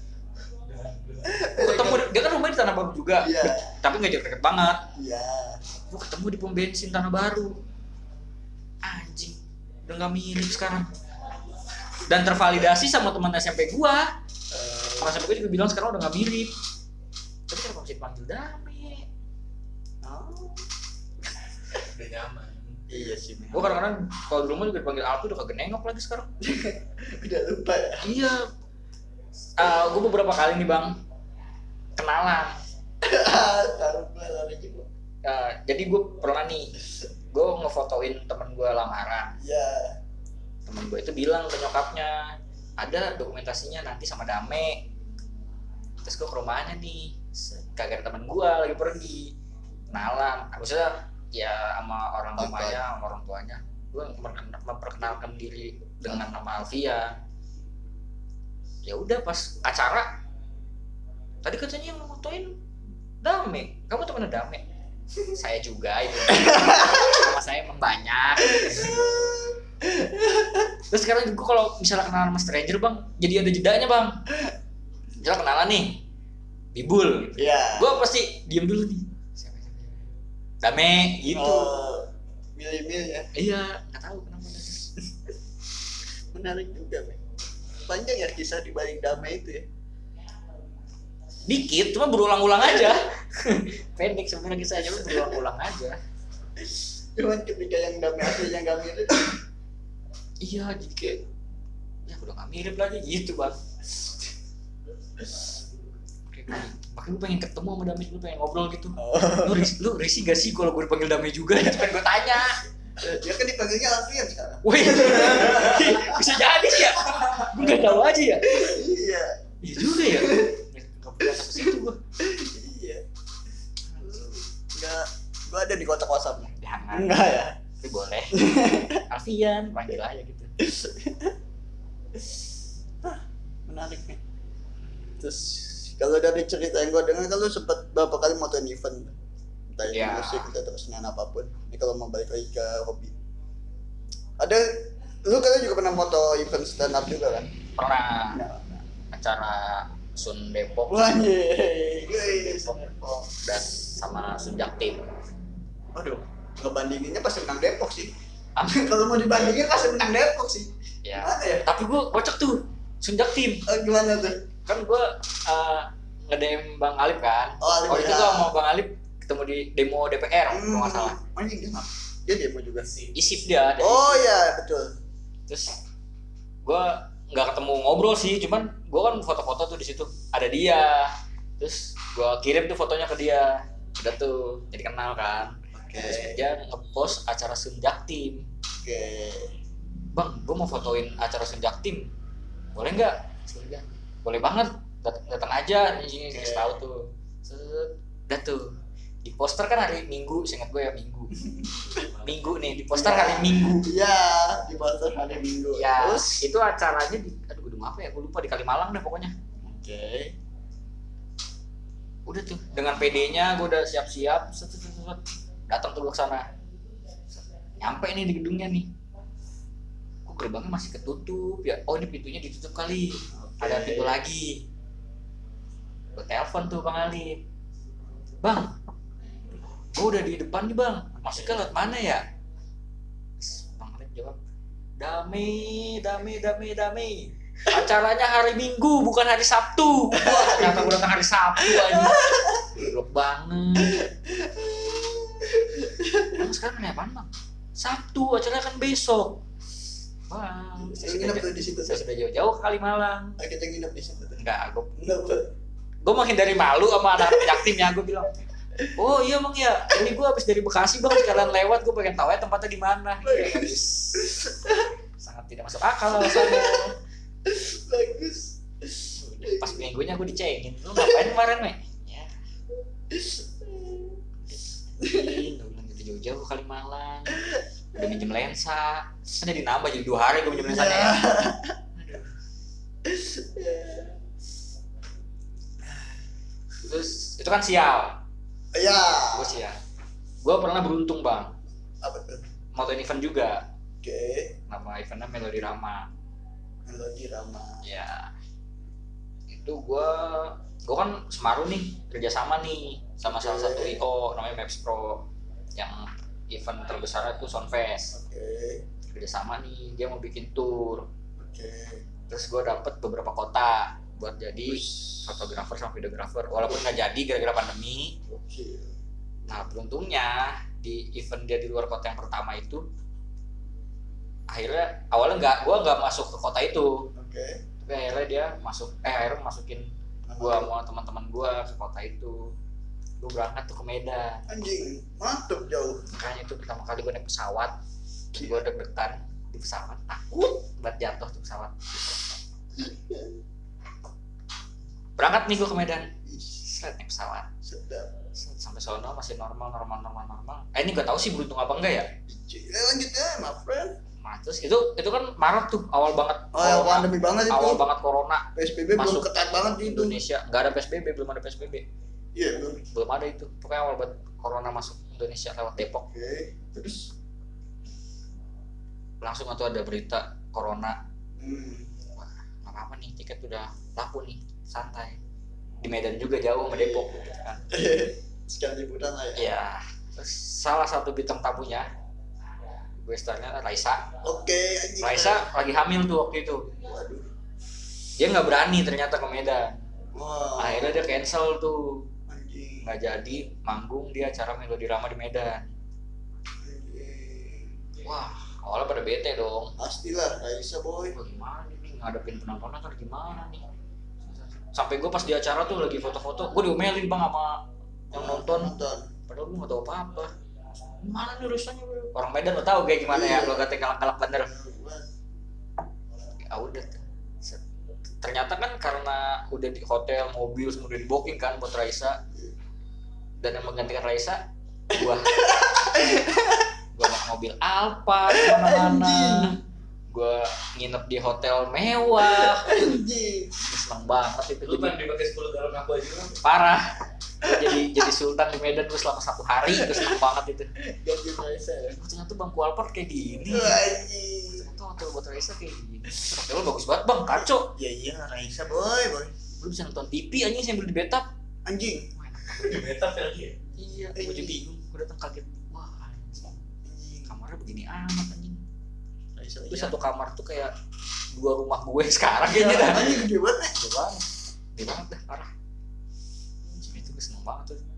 Gue ketemu dia kan rumahnya di Tanah Baru juga. Iya. Tapi nggak jauh deket banget. Iya. Gue ketemu di pom bensin Tanah Baru. Anjing, udah nggak mirip sekarang. Dan tervalidasi sama teman SMP gue. Teman SMP gue juga bilang sekarang udah nggak mirip. Tapi kenapa masih dipanggil Damai? Oh. Udah nyaman. Iya sih. Gue kadang-kadang kalau di rumah juga dipanggil Altu udah kagak nengok lagi sekarang. Udah lupa ya. Iya. Gue beberapa kali nih bang kenalan. Taruh lagi bu. Jadi gue pernah nih, gue ngefotoin temen gue lamaran. Iya. Temen gue itu bilang ke nyokapnya, ada dokumentasinya nanti sama Dame. Terus gue ke rumahnya nih, kagak ada temen gue lagi pergi. Kenalan, abisnya ya sama orang rumahnya, sama orang tuanya. Gue memperkenalkan diri dengan nama Alfian. Ya udah pas acara, tadi katanya yang fotoin Dame, kamu temennya Dame? Saya juga itu. Sama saya emang banyak. Terus sekarang gue kalau misalnya kenalan sama stranger bang, jadi ada jedanya bang. Misalnya kenalan nih, Bibul gitu. Iya. Gue pasti diem dulu nih. Dame gitu. Oh, milih-milih ya. Iya, nggak tahu kenapa. Menarik juga, men. Panjang ya kisah di balik Damai itu ya. Dikit, cuma berulang-ulang aja. Pendek sebenarnya kisahnya, cuma berulang-ulang aja. Cuman ketika yang Damai aslinya nggak mirip. Iya, jadi kayak ya udah nggak mirip lagi gitu bang. Makanya gue pengen ketemu sama Damai, gue pengen ngobrol gitu. Lu risih gak sih kalau gue dipanggil Damai juga? Pengen gue tanya. Dia kan dipanggilnya Alfian sekarang. Wih, bisa jadi sih ya. Gue nggak tahu aja ya. Iya. Iya juga ya. Gak pernah ke situ gue. Iya. Enggak, gua ada di kotak WhatsApp-nya. Jangan. Enggak ya. Tapi boleh. Alfian, panggil aja gitu. Menarik nih. Terus kalau dari cerita yang gua dengar kan lu sempat berapa kali motoin event, entah itu Ya. musik atau kesenian apapun. Ini kalau mau balik lagi ke hobi, ada lu kan juga pernah moto event stand up juga kan? Pernah Nah, acara Sun Depok wah guys, dan sama Sun Jaktim. aduh, ngebandinginnya pasti menang Depok sih. Kalau mau dibandingin pasti menang Depok sih. Ya. Gimana ya? Tapi gue kocak tuh Sun Jaktim. Gimana tuh? Kan gue nge-DM Bang Alip kan. Oh, Alip, Waktu itu ya. gue sama Bang Alip ketemu di demo DPR kalau nggak salah. Anjing dia demo juga. Isip dia. ada Oh isip. ya betul. Terus gue nggak ketemu ngobrol sih, cuman gue kan foto-foto tuh di situ ada dia. Terus gue kirim tuh fotonya ke dia. Udah tuh jadi kenal kan. Oke. Terus dia ngepost acara Sun Jaktim. Oke. Bang, gue mau fotoin acara Sun Jaktim. Boleh nggak? Boleh banget. Datang aja, ini Oke. kasih tahu tuh. Udah tuh. Di poster kan hari Minggu, seingat gue ya Minggu. Minggu nih, di poster Ya. hari Minggu. Iya, di poster hari Minggu. Ya, Terus? itu acaranya di gedung apa ya? Gue lupa, di Kalimalang deh pokoknya. Oke. Udah tuh, dengan PD-nya gue udah siap-siap. Datang tuh gue ke sana. Nyampe nih di gedungnya nih. Kok gerbangnya masih ketutup ya? Oh, ini pintunya ditutup kali. Oke. Ada pintu lagi. Gue telepon tuh Bang Ali. Bang, gue udah di depan nih bang. Masuknya lewat mana ya? Bang Ali jawab, Damai. Acaranya hari Minggu bukan hari Sabtu. Wah, ternyata gue datang hari Sabtu aja. Goblok banget. Bang sekarang hari apaan bang? Sabtu, acaranya kan besok. Bang, Saya nginep tuh di situ. saya sudah jauh-jauh ke Kalimalang. Kita nginep di situ tuh. Enggak, Nginep. gue menghindari malu sama anak jaktimnya. Gue bilang, oh iya bang ya, ini gue habis dari Bekasi bang, sekalian lewat, gue pengen tahu ya tempatnya di mana. Ya, sangat tidak masuk akal alasannya. Bagus. Pas minggunya gue dicengin, lu ngapain kemarin me? Ya. Gue bilang gitu. jauh ke Kalimalang, udah minjem lensa, kan jadi nambah jadi 2 hari gue minjem lensanya ya. Terus itu kan sial. Iya. Gue sial. Gue pernah beruntung bang. Apa tuh? Motoin event juga. Oke. Nama eventnya Melodi Rama. Melodi Rama. Ya. Itu gue kan Semeru nih, kerjasama nih sama salah satu IO namanya Maps Pro yang event terbesar itu Soundfest. Oke. Kerjasama nih, dia mau bikin tour. Oke. Terus gue dapet beberapa kota buat jadi fotografer sama videografer, walaupun nggak jadi gara-gara pandemi. Oke. Nah beruntungnya di event dia di luar kota yang pertama itu, akhirnya awalnya gue nggak masuk ke kota itu. Oke. Tapi akhirnya dia akhirnya masukin gue sama teman-teman gue ke kota itu. Gue berangkat tuh ke Medan. Anjing, mantep jauh. Makanya itu pertama kali gue naik pesawat, gue deg-degan di pesawat, takut buat jatuh tuh pesawat. Berangkat nih gue ke Medan, naik pesawat. Sedap. Sampai sono masih normal. Ini gak tahu sih beruntung apa enggak ya. Lanjut ya, my friend. Nah, terus itu kan Maret tuh awal banget. Oh ya, pandemi banget itu. Awal banget corona. PSBB belum masuk ketat banget di itu. Indonesia. Nggak ada PSBB, belum ada PSBB. Iya, Belum ada itu. Pokoknya awal banget corona masuk Indonesia lewat Depok. Oke. Terus Langsung tuh ada berita corona. Wah, Nggak apa-apa nih, tiket udah laku nih, santai. Di Medan juga jauh sama Depok gitu kan. sekian liburan lah ya. Iya. Terus salah satu bintang tamunya gue startnya Raisa. Oke, anjing. Raisa lagi hamil tuh waktu itu. Waduh. Dia nggak berani ternyata ke Medan. Wah. Akhirnya dia cancel tuh, Anjing. nggak jadi manggung dia acara Melodi Rama di Medan. Anjing. Wah, awalnya pada bete dong. Pastilah, Raisa boy. Wah, gimana nih ngadepin penontonnya kan gimana nih? Sampai gue pas di acara tuh lagi foto-foto, gue diomelin bang sama yang nonton. Padahal gue nggak tahu apa-apa. Gimana nih Raisanya? Orang Medan lo tahu kayak gimana ya, lo kata galak-galak bener. Ya udah. Ternyata kan karena udah di hotel, mobil semua udah di booking kan buat Raisa, dan yang menggantikan Raisa gua naik mobil Alfa kemana-mana, gua nginep di hotel mewah. Anjing. Seneng banget itu. Lu kan dipakai 10 galon aku aja kan? Parah. Jadi sultan di Medan gue selama 1 hari, gue seneng banget itu. Ganti Raisa ya. Ternyata bangku Alphard kayak gini. Anjing. Ternyata hotel buat Raisa kayak gini. Hotel bagus banget bang, kacau. Ya iya, Raisa boy. Lu bisa nonton TV anjing sambil di betap. Anjing. Di betap lagi ya? Iya, gue jadi bingung. Gue datang kaget. Wah, anjing. Kamarnya begini amat anjing. Raisa. Itu satu kamar tuh kayak 2 rumah gue sekarang kayaknya dah. Anjing gede banget. Gede banget. Gede banget dah, parah. Itu gue seneng banget tuh.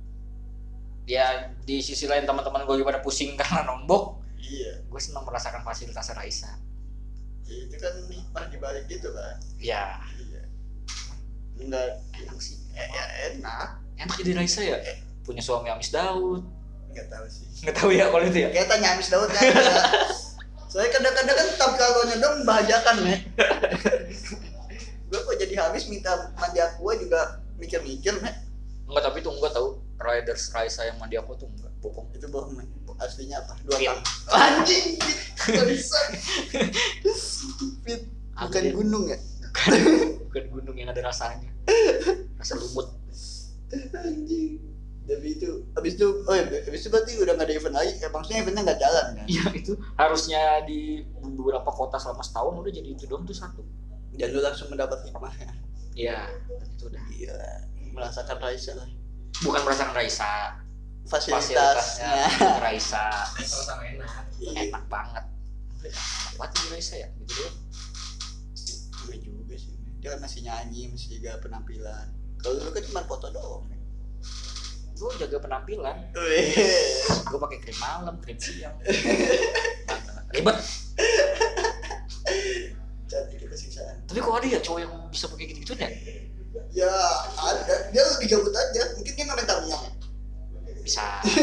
Ya di sisi lain teman-teman gue pada pusing karena nombok. Iya. Gue seneng merasakan fasilitas Raisa. Itu kan hikmah dibalik gitu kan. Ya. Iya. Enggak Enak sih. ya enak. Enak jadi Raisa ya. Punya suami Amis Daud. Enggak tahu sih. Nggak tahu ya kalau itu ya. Kayak tanya Amis Daud kan. Soalnya kadang-kadang kan tampilnya dong membahagiakan ya. Gue kok jadi habis minta mandi aqua juga mikir-mikir nih. Enggak, tapi itu enggak tahu riders Raisa yang mandi aku tuh enggak bohong. Itu bohong nih. Aslinya apa? 2 Fit. tang. Anjing. Raisa. Fit. Bukan Dia- gunung ya? Bukan gunung yang ada rasanya. Rasa lumut. Anjing. Tapi itu habis itu berarti udah nggak ada event lagi. Ya, maksudnya eventnya nggak jalan kan? Iya itu harusnya di beberapa kota selama setahun udah jadi itu doang tuh satu. Dan lu langsung mendapat hikmahnya. Iya, itu udah. Gila. Merasakan Raisa lah. Bukan merasakan Raisa, Fasilitasnya. fasilitasnya Raisa. Sama-sama enak. Enak banget. Enak banget di Raisa ya, gitu doang. Enggak juga sih. Dia kan masih nyanyi, masih jaga penampilan. Kalau lu kan cuma foto doang. Gue jaga penampilan. Wih. Gue pakai krim malam, krim siang. Ribet. Cantik itu siksaan. Tapi kok ada ya cowok yang bisa pakai gitu-gitu ya? Ya ada. Dia lebih gabut aja. Mungkin dia nggak main Tamiya. Bisa.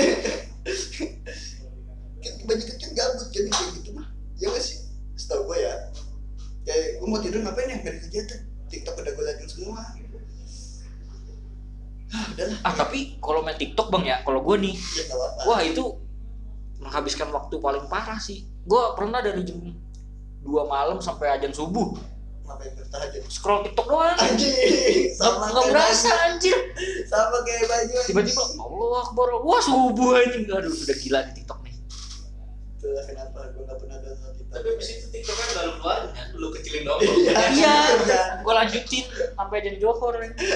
Kebanyakan kan gabut kan kayak gitu mah. Ya nggak sih? Setahu gue ya. Kayak gue mau tidur ngapain ya? Nggak ada kegiatan. TikTok udah gue liatin semua. Udahlah. Tapi kalau main TikTok bang ya, kalau gue nih, Ya nggak apa-apa. wah itu menghabiskan waktu paling parah sih. Gue pernah dari jam 2 malam sampai azan subuh Ngapain bertahan? scroll TikTok doang. Anjing, sama Nggak kayak berasa baju. anjir. Sama kayak baju. Tiba-tiba Allah Akbar, wah subuh anjing. Aduh udah gila di TikTok nih. Itulah kenapa gue nggak pernah download TikTok. Tapi abis itu TikTok kan gak lu keluarin kan, lu kecilin doang. Iya, gue lanjutin sampai azan Johor.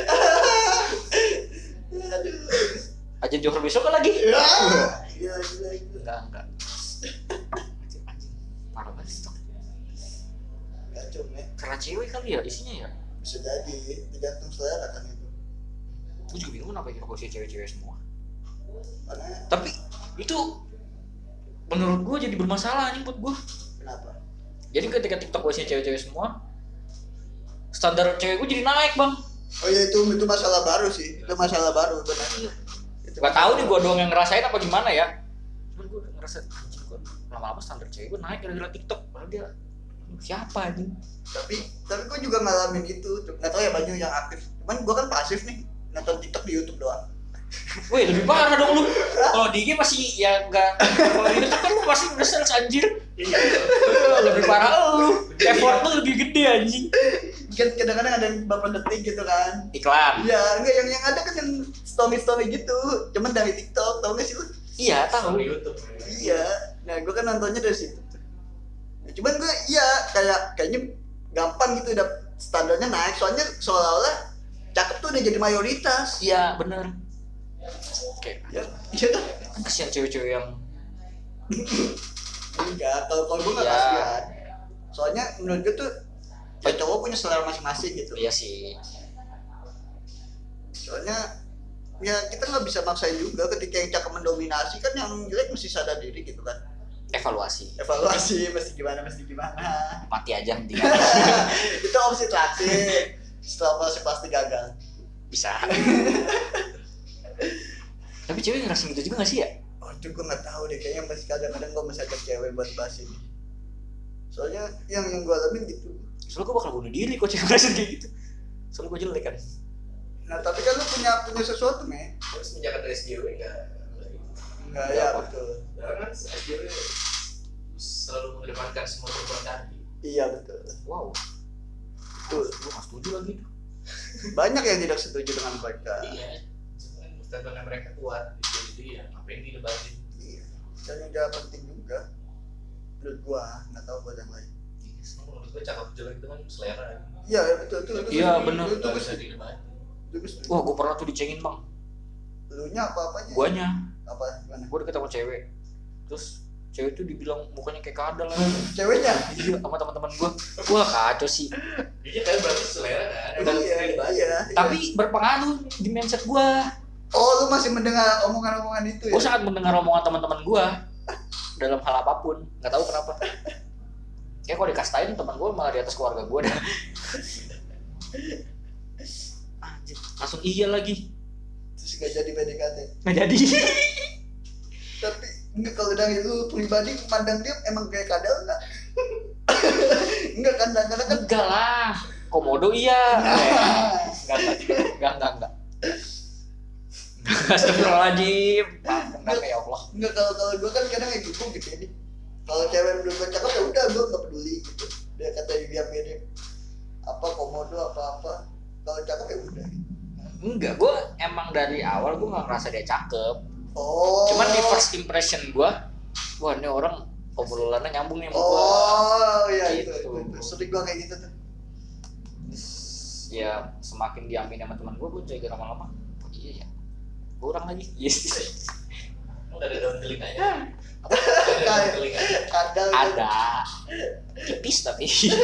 Aduh. Azan Johor besok kan lagi? Ya. Gila. Enggak. Anjing, parah banget TikTok. Kacau nih. Karena cewek kali ya isinya ya. Bisa jadi, tergantung selera kan itu. Gue juga bingung kenapa kita posisi cewek-cewek semua. Karena Tapi itu menurut gue jadi bermasalah anjing buat gue. kenapa? Jadi ketika TikTok gue isinya cewek-cewek semua, standar cewek gue jadi naik bang. Oh iya itu masalah baru sih. Itu masalah baru benar. Itu Gak tahu nih gue doang yang ngerasain apa gimana ya. Cuman gue ngerasa anjing gue lama-lama standar cewek gue naik gara-gara TikTok. Padahal dia siapa anjing? Tapi gue juga ngalamin itu. Nggak tahu ya Banyu yang aktif. Cuman gue kan pasif nih. Nonton TikTok di YouTube doang. Wih lebih parah dong lu. Kalau di IG masih ya enggak. Kalau di YouTube kan lu masih nge-search anjir. Lebih parah lu. Effort lu lebih gede anjing. Kan kadang-kadang ada yang beberapa detik gitu kan. Iklan. Ya enggak yang ada kan yang story gitu. Cuman dari TikTok, tau gak sih lu? Iya tahu. Di YouTube. Iya. Nah gue kan nontonnya dari situ. Nah, cuman gue iya kayaknya gampang gitu udah standarnya naik. Soalnya seolah-olah cakep tuh udah jadi mayoritas. Iya bener. Oke. Ya, iya kan? Kan kasihan cewek-cewek yang Enggak, kalau gue nggak Ya. kasihan. Soalnya menurut gue tuh cowok punya selera masing-masing gitu. iya sih. Soalnya ya kita nggak bisa maksain juga ketika yang cakep mendominasi kan yang jelek mesti sadar diri gitu kan. Evaluasi. Evaluasi mesti gimana. Mati aja nanti. Itu opsi terakhir. Setelah evaluasi pasti gagal. Bisa. Tapi cewek ngerasain gitu juga gak sih ya? Oh itu gue nggak tahu deh, kayaknya masih kadang-kadang gue masih ajak cewek buat bahas ini. Soalnya yang gue alamin gitu. Soalnya gue bakal bunuh diri kok cewek ngerasain kayak gitu. Soalnya gue jelek kan. Nah tapi kan lu punya sesuatu me. Terus semenjak ada SJW Enggak ya betul. Karena kan SJW selalu mengedepankan semua perempuan tadi. Iya betul. Wow. Betul. Gue gak setuju lagi tuh. Banyak yang tidak setuju dengan mereka. Iya. Cuman standarnya mereka kuat. Jadi ya ngapain didebatin? Iya. Dan yang gak penting juga. Menurut gua, nggak tahu buat yang lain. Menurut gue cakep jelek itu kan selera. Iya betul itu. Iya, bener. Itu Nggak gue bisa setuju. didebatin. Itu gue setuju. Wah gue pernah tuh dicengin bang. Elunya apa-apanya? Guanya. Apa gimana? Gue deket sama cewek. Terus cewek tuh dibilang mukanya kayak kadal lah. Ceweknya? Iya sama teman-teman gue. Wah kacau sih. Iya kan berarti selera kan. Emang Iya, bisa didebatin. iya. Tapi berpengaruh di mindset gue. Oh lu masih mendengar omongan-omongan itu ya? Gue sangat mendengar omongan teman-teman gue dalam hal apapun. Nggak tahu kenapa. Kayak kalau dikastain teman gue malah di atas keluarga gue dah. Anjir, langsung iya lagi. Terus gak jadi PDKT. Nggak jadi. Tapi enggak kalau dari lu pribadi mandang dia emang kayak kadal enggak? Enggak kan kadang-kadang kan Enggak lah. Komodo iya. Enggak. Astagfirullahaladzim. Enggak ya Allah. enggak kalau gue kan kadang kayak gitu nih. Kalau cewek menurut gue cakep ya udah gue nggak peduli gitu. Dia kata dia mirip apa komodo apa. Kalau cakep ya udah. Enggak, gue emang dari awal gue nggak ngerasa dia cakep. Oh. Cuman di first impression gue, wah ini orang obrolannya nyambung nih sama gue. Oh iya Gitu. itu. Sering gue kayak gitu tuh. Ya semakin diamin sama teman gue jadi lama-lama. Oh iya ya, kurang lagi. Yes. Udah ada daun telinganya. Ada daun telinganya. Kadal. Ada. Tipis tapi.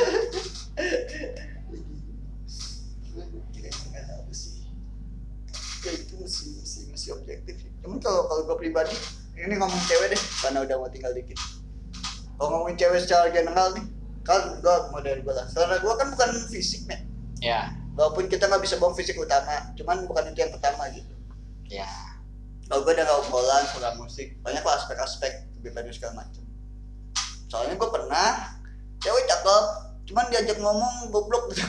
Nggak tahu sih. Ya itu mesti objektif sih. Cuman kalau gue pribadi, ini ngomong cewek deh, karena udah mau tinggal dikit. Kalau ngomongin cewek secara general nih, kan gue mau dari gue lah. Karena gue kan bukan fisik nih. Ya. Walaupun kita nggak bisa bawa fisik utama, cuman bukan itu yang pertama gitu. Ya. Kalau gue udah ngobrolan soal musik, banyak lah aspek-aspek kebebasan segala macam. Soalnya gue pernah cewek cakep, cuman diajak ngomong goblok gitu.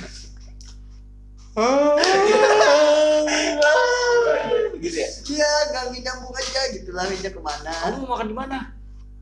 Gitu ya. Iya, nggak nyambung aja gitu lah, ngajak kemana? Kamu mau makan di mana?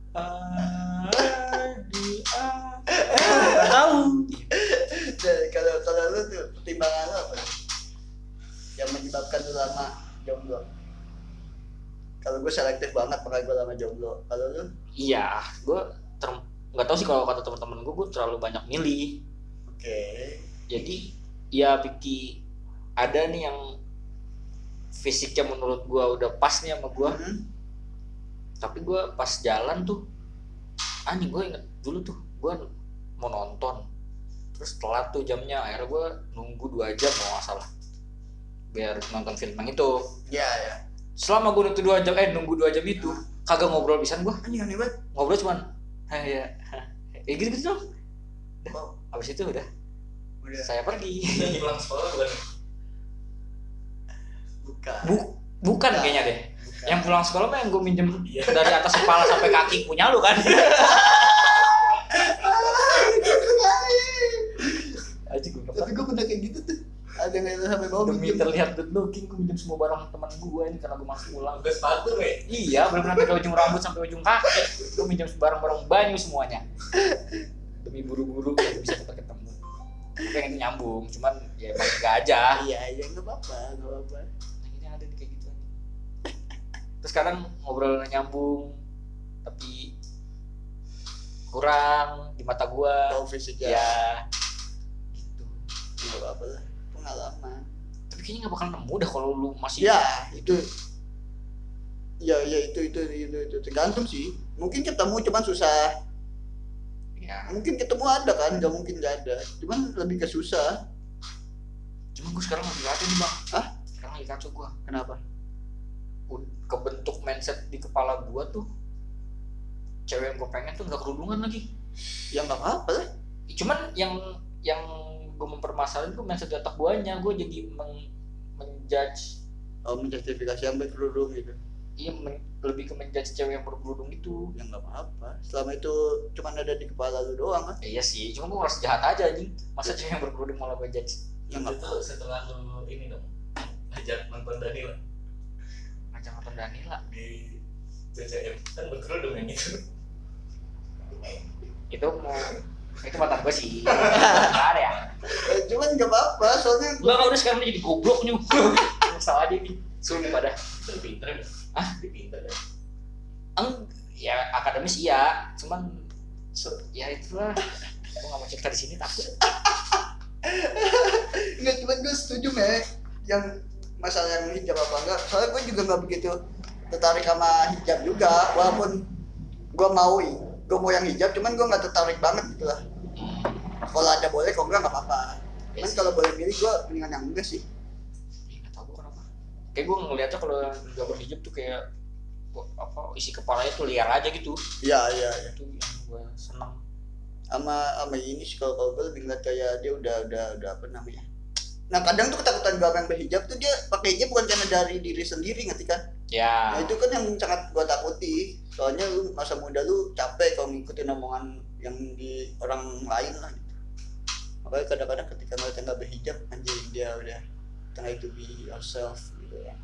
lu lama jomblo? Kalau gue selektif banget makanya gue lama jomblo. Kalau lu? Iya, gue nggak tahu sih kalau kata teman-teman gue terlalu banyak milih. Oke. Jadi ya ada nih yang fisiknya menurut gue udah pas nih sama gue. Tapi gue pas jalan tuh anjing, gue inget dulu tuh gue mau nonton terus telat tuh jamnya, akhirnya gue nunggu 2 jam kalau nggak salah biar nonton film yang itu. Iya ya. Selama gue nunggu 2 jam itu kagak ngobrol pisan gue. Anjing aneh banget. Ngobrol cuman ya gitu dong. Wow. Abis itu udah saya pergi. Jadi pulang sekolah bukan? Bukan kayaknya deh. Bukan. Yang pulang sekolah mah yang gue minjem dari atas kepala sampai kaki punya lu kan. Aja gue Tapi gue pernah kayak gitu tuh. Ada yang sampai bawah demi terlihat good looking gue minjem semua barang teman gue ini karena gue masih pulang. Udah sepatu nih. Iya, belum sampai ke ujung rambut sampai ujung kaki. Gue minjem barang-barang banyu semuanya. Demi buru-buru biar bisa kita ketemu. Pengen nyambung, cuman ya emang enggak aja. Iya nggak apa-apa. Akhirnya ada nih kayak gitu. Terus sekarang ngobrol nyambung, tapi kurang di mata gua. Tahu fisiknya. Ya, gitu. Nggak apa-apa lah. Pengalaman. Tapi kayaknya nggak bakal nemu dah kalau lu masih. Ya itu. Ya itu tergantung sih. Mungkin ketemu cuman susah. Ya. Mungkin ketemu ada kan, nggak mungkin nggak ada. Cuman lebih ke susah. Cuman gua sekarang lagi kacau nih bang. Hah? Sekarang lagi kacau gua. Kenapa? Kebentuk mindset di kepala gua tuh cewek yang gua pengen tuh nggak kerudungan lagi. Ya nggak apa-apa lah. Cuman yang gua mempermasalahin tuh mindset di otak guanya. Gua jadi menjudge. Menjustifikasi yang berkerudung gitu. Iya, lebih ke menjudge cewek yang berkerudung itu. Ya nggak apa-apa. Selama itu cuma ada di kepala lu doang kan. Iya sih, cuma gua ngerasa jahat aja anjing. Masa cewek yang berkerudung malah gua judge. Ya nggak Itu apa-apa. setelah lu ini dong ajak nonton Danila Ngajak nonton Danila. di CCM kan berkerudung yang itu. Itu mantan gua sih. Enggak ada ya. Cuman nggak apa-apa. Soalnya Gua udah sekarang jadi goblok nih. Salah aja nih. Sumpah dah. Itu pinter ya. Dia pinter ya. Ya akademis iya, cuman ya itulah. Gua enggak mau cerita di sini takut. nggak, cuman gue setuju yang masalah yang hijab apa enggak. Soalnya gue juga nggak begitu tertarik sama hijab juga. Walaupun gue mau yang hijab, cuman gue nggak tertarik banget gitu lah. Kalau ada boleh, kalau enggak nggak apa-apa. Cuman kalau boleh milih gue mendingan yang enggak sih. Nggak tahu gua kenapa. Kayak gua ngeliatnya kalau nggak berhijab tuh kayak isi kepalanya tuh liar aja gitu. Iya. Itu yang gua senang. Sama ini sih kalau gue lebih ngeliat kayak dia udah apa namanya. Nah kadang tuh ketakutan gue yang berhijab tuh dia pakai hijab bukan karena dari diri sendiri, ngerti kan? Ya. Nah itu kan yang sangat gue takuti. Soalnya lu masa muda lu capek kalau ngikutin omongan yang di orang lain lah gitu. Makanya kadang-kadang ketika ngeliat yang gak berhijab, anjir dia udah try to be yourself gitu ya.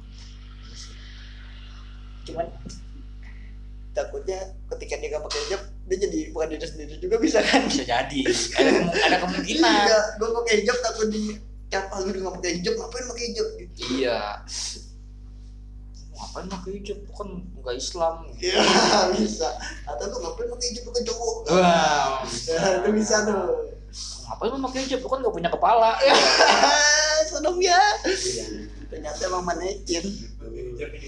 Cuman takutnya ketika dia gak pakai hijab, dia jadi bukan diri sendiri juga bisa kan? Bisa jadi. Ada kemungkinan. Iya, gue pakai hijab takut di siapa lu nggak pakai hijab, ngapain pakai hijab gitu. Iya. Ngapain pakai hijab? Lu kan nggak Islam. Iya bisa. Atau lu ngapain pakai hijab, lu kan cowok. Wow. Itu bisa tuh. Ngapain lu pakai hijab? Lu kan nggak punya kepala. Seneng ya. Ternyata emang manekin. Hijab ini.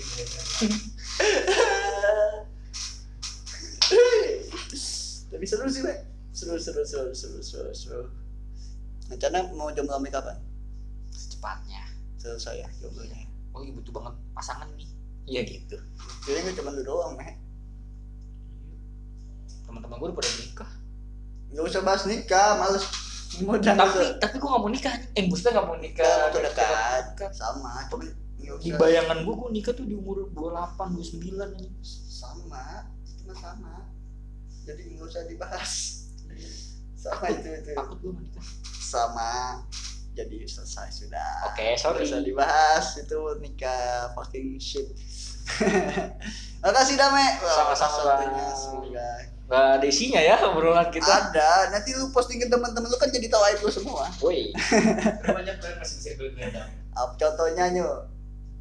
Tapi seru sih, Pak. Seru. Rencana mau jomblo sampai kapan? Secepatnya. Selesai ya jomblonya. Oh iya butuh banget pasangan nih. Iya gitu. Jadi nggak cuma lu doang, Mek. Teman-teman gue udah pada nikah. Nggak usah bahas nikah, males. Tapi gue nggak mau nikah. Maksudnya nggak mau nikah. Waktu dekat. Sama, cuman nggak usah. Di bayangan gue nikah tuh di umur 28, 29 nih. Sama. Jadi nggak usah dibahas. Sama itu. Takut gue nikah. Sama. Jadi selesai sudah. Oke, sorry. Nggak usah dibahas itu nikah fucking shit. Makasih Dame. Sama-sama. Semoga. Gak ada isinya ya obrolan kita. Ada. Nanti lu postingin teman-teman lu kan jadi tahu aib lu semua. Woi. Banyak kan masih bisa ikut ngedam. Contohnya Nyo.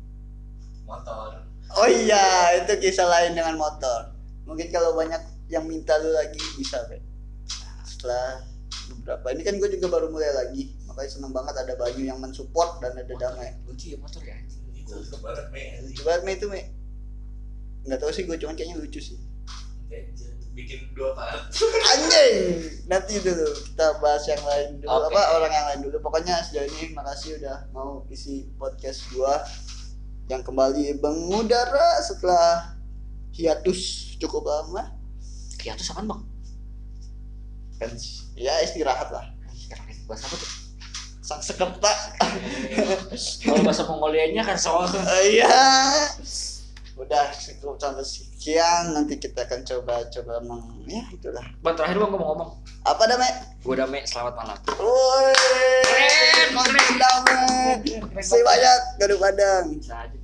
motor. Oh iya, itu kisah lain dengan motor. Mungkin kalau banyak yang minta lu lagi bisa, Pe. Setelah beberapa ini kan gue juga baru mulai lagi, makanya seneng banget ada Banyu yang mensupport dan ada Damai. Lucu ya motor ya. Itu banget Me. Coba Me itu Me. Nggak tahu sih gue, cuman kayaknya lucu sih. Bikin 2 part. Anjing. Nanti dulu kita bahas yang lain dulu. Oke. Orang yang lain dulu. Pokoknya sejauh ini makasih udah mau isi podcast gua yang kembali mengudara setelah hiatus cukup lama. Hiatus apaan bang? Kan ya istirahat lah. Bahasa apa tuh? Sang sekerta. Kalau bahasa Mongolianya kan soal. Iya. Udah cukup sampai sekian, nanti kita akan coba ya itulah. Bang terakhir bang ngomong-ngomong. Apa Dame? Gue Dame, selamat malam. Woi. Keren. Dame. Masih banyak Gaduh Padang. Bisa aja.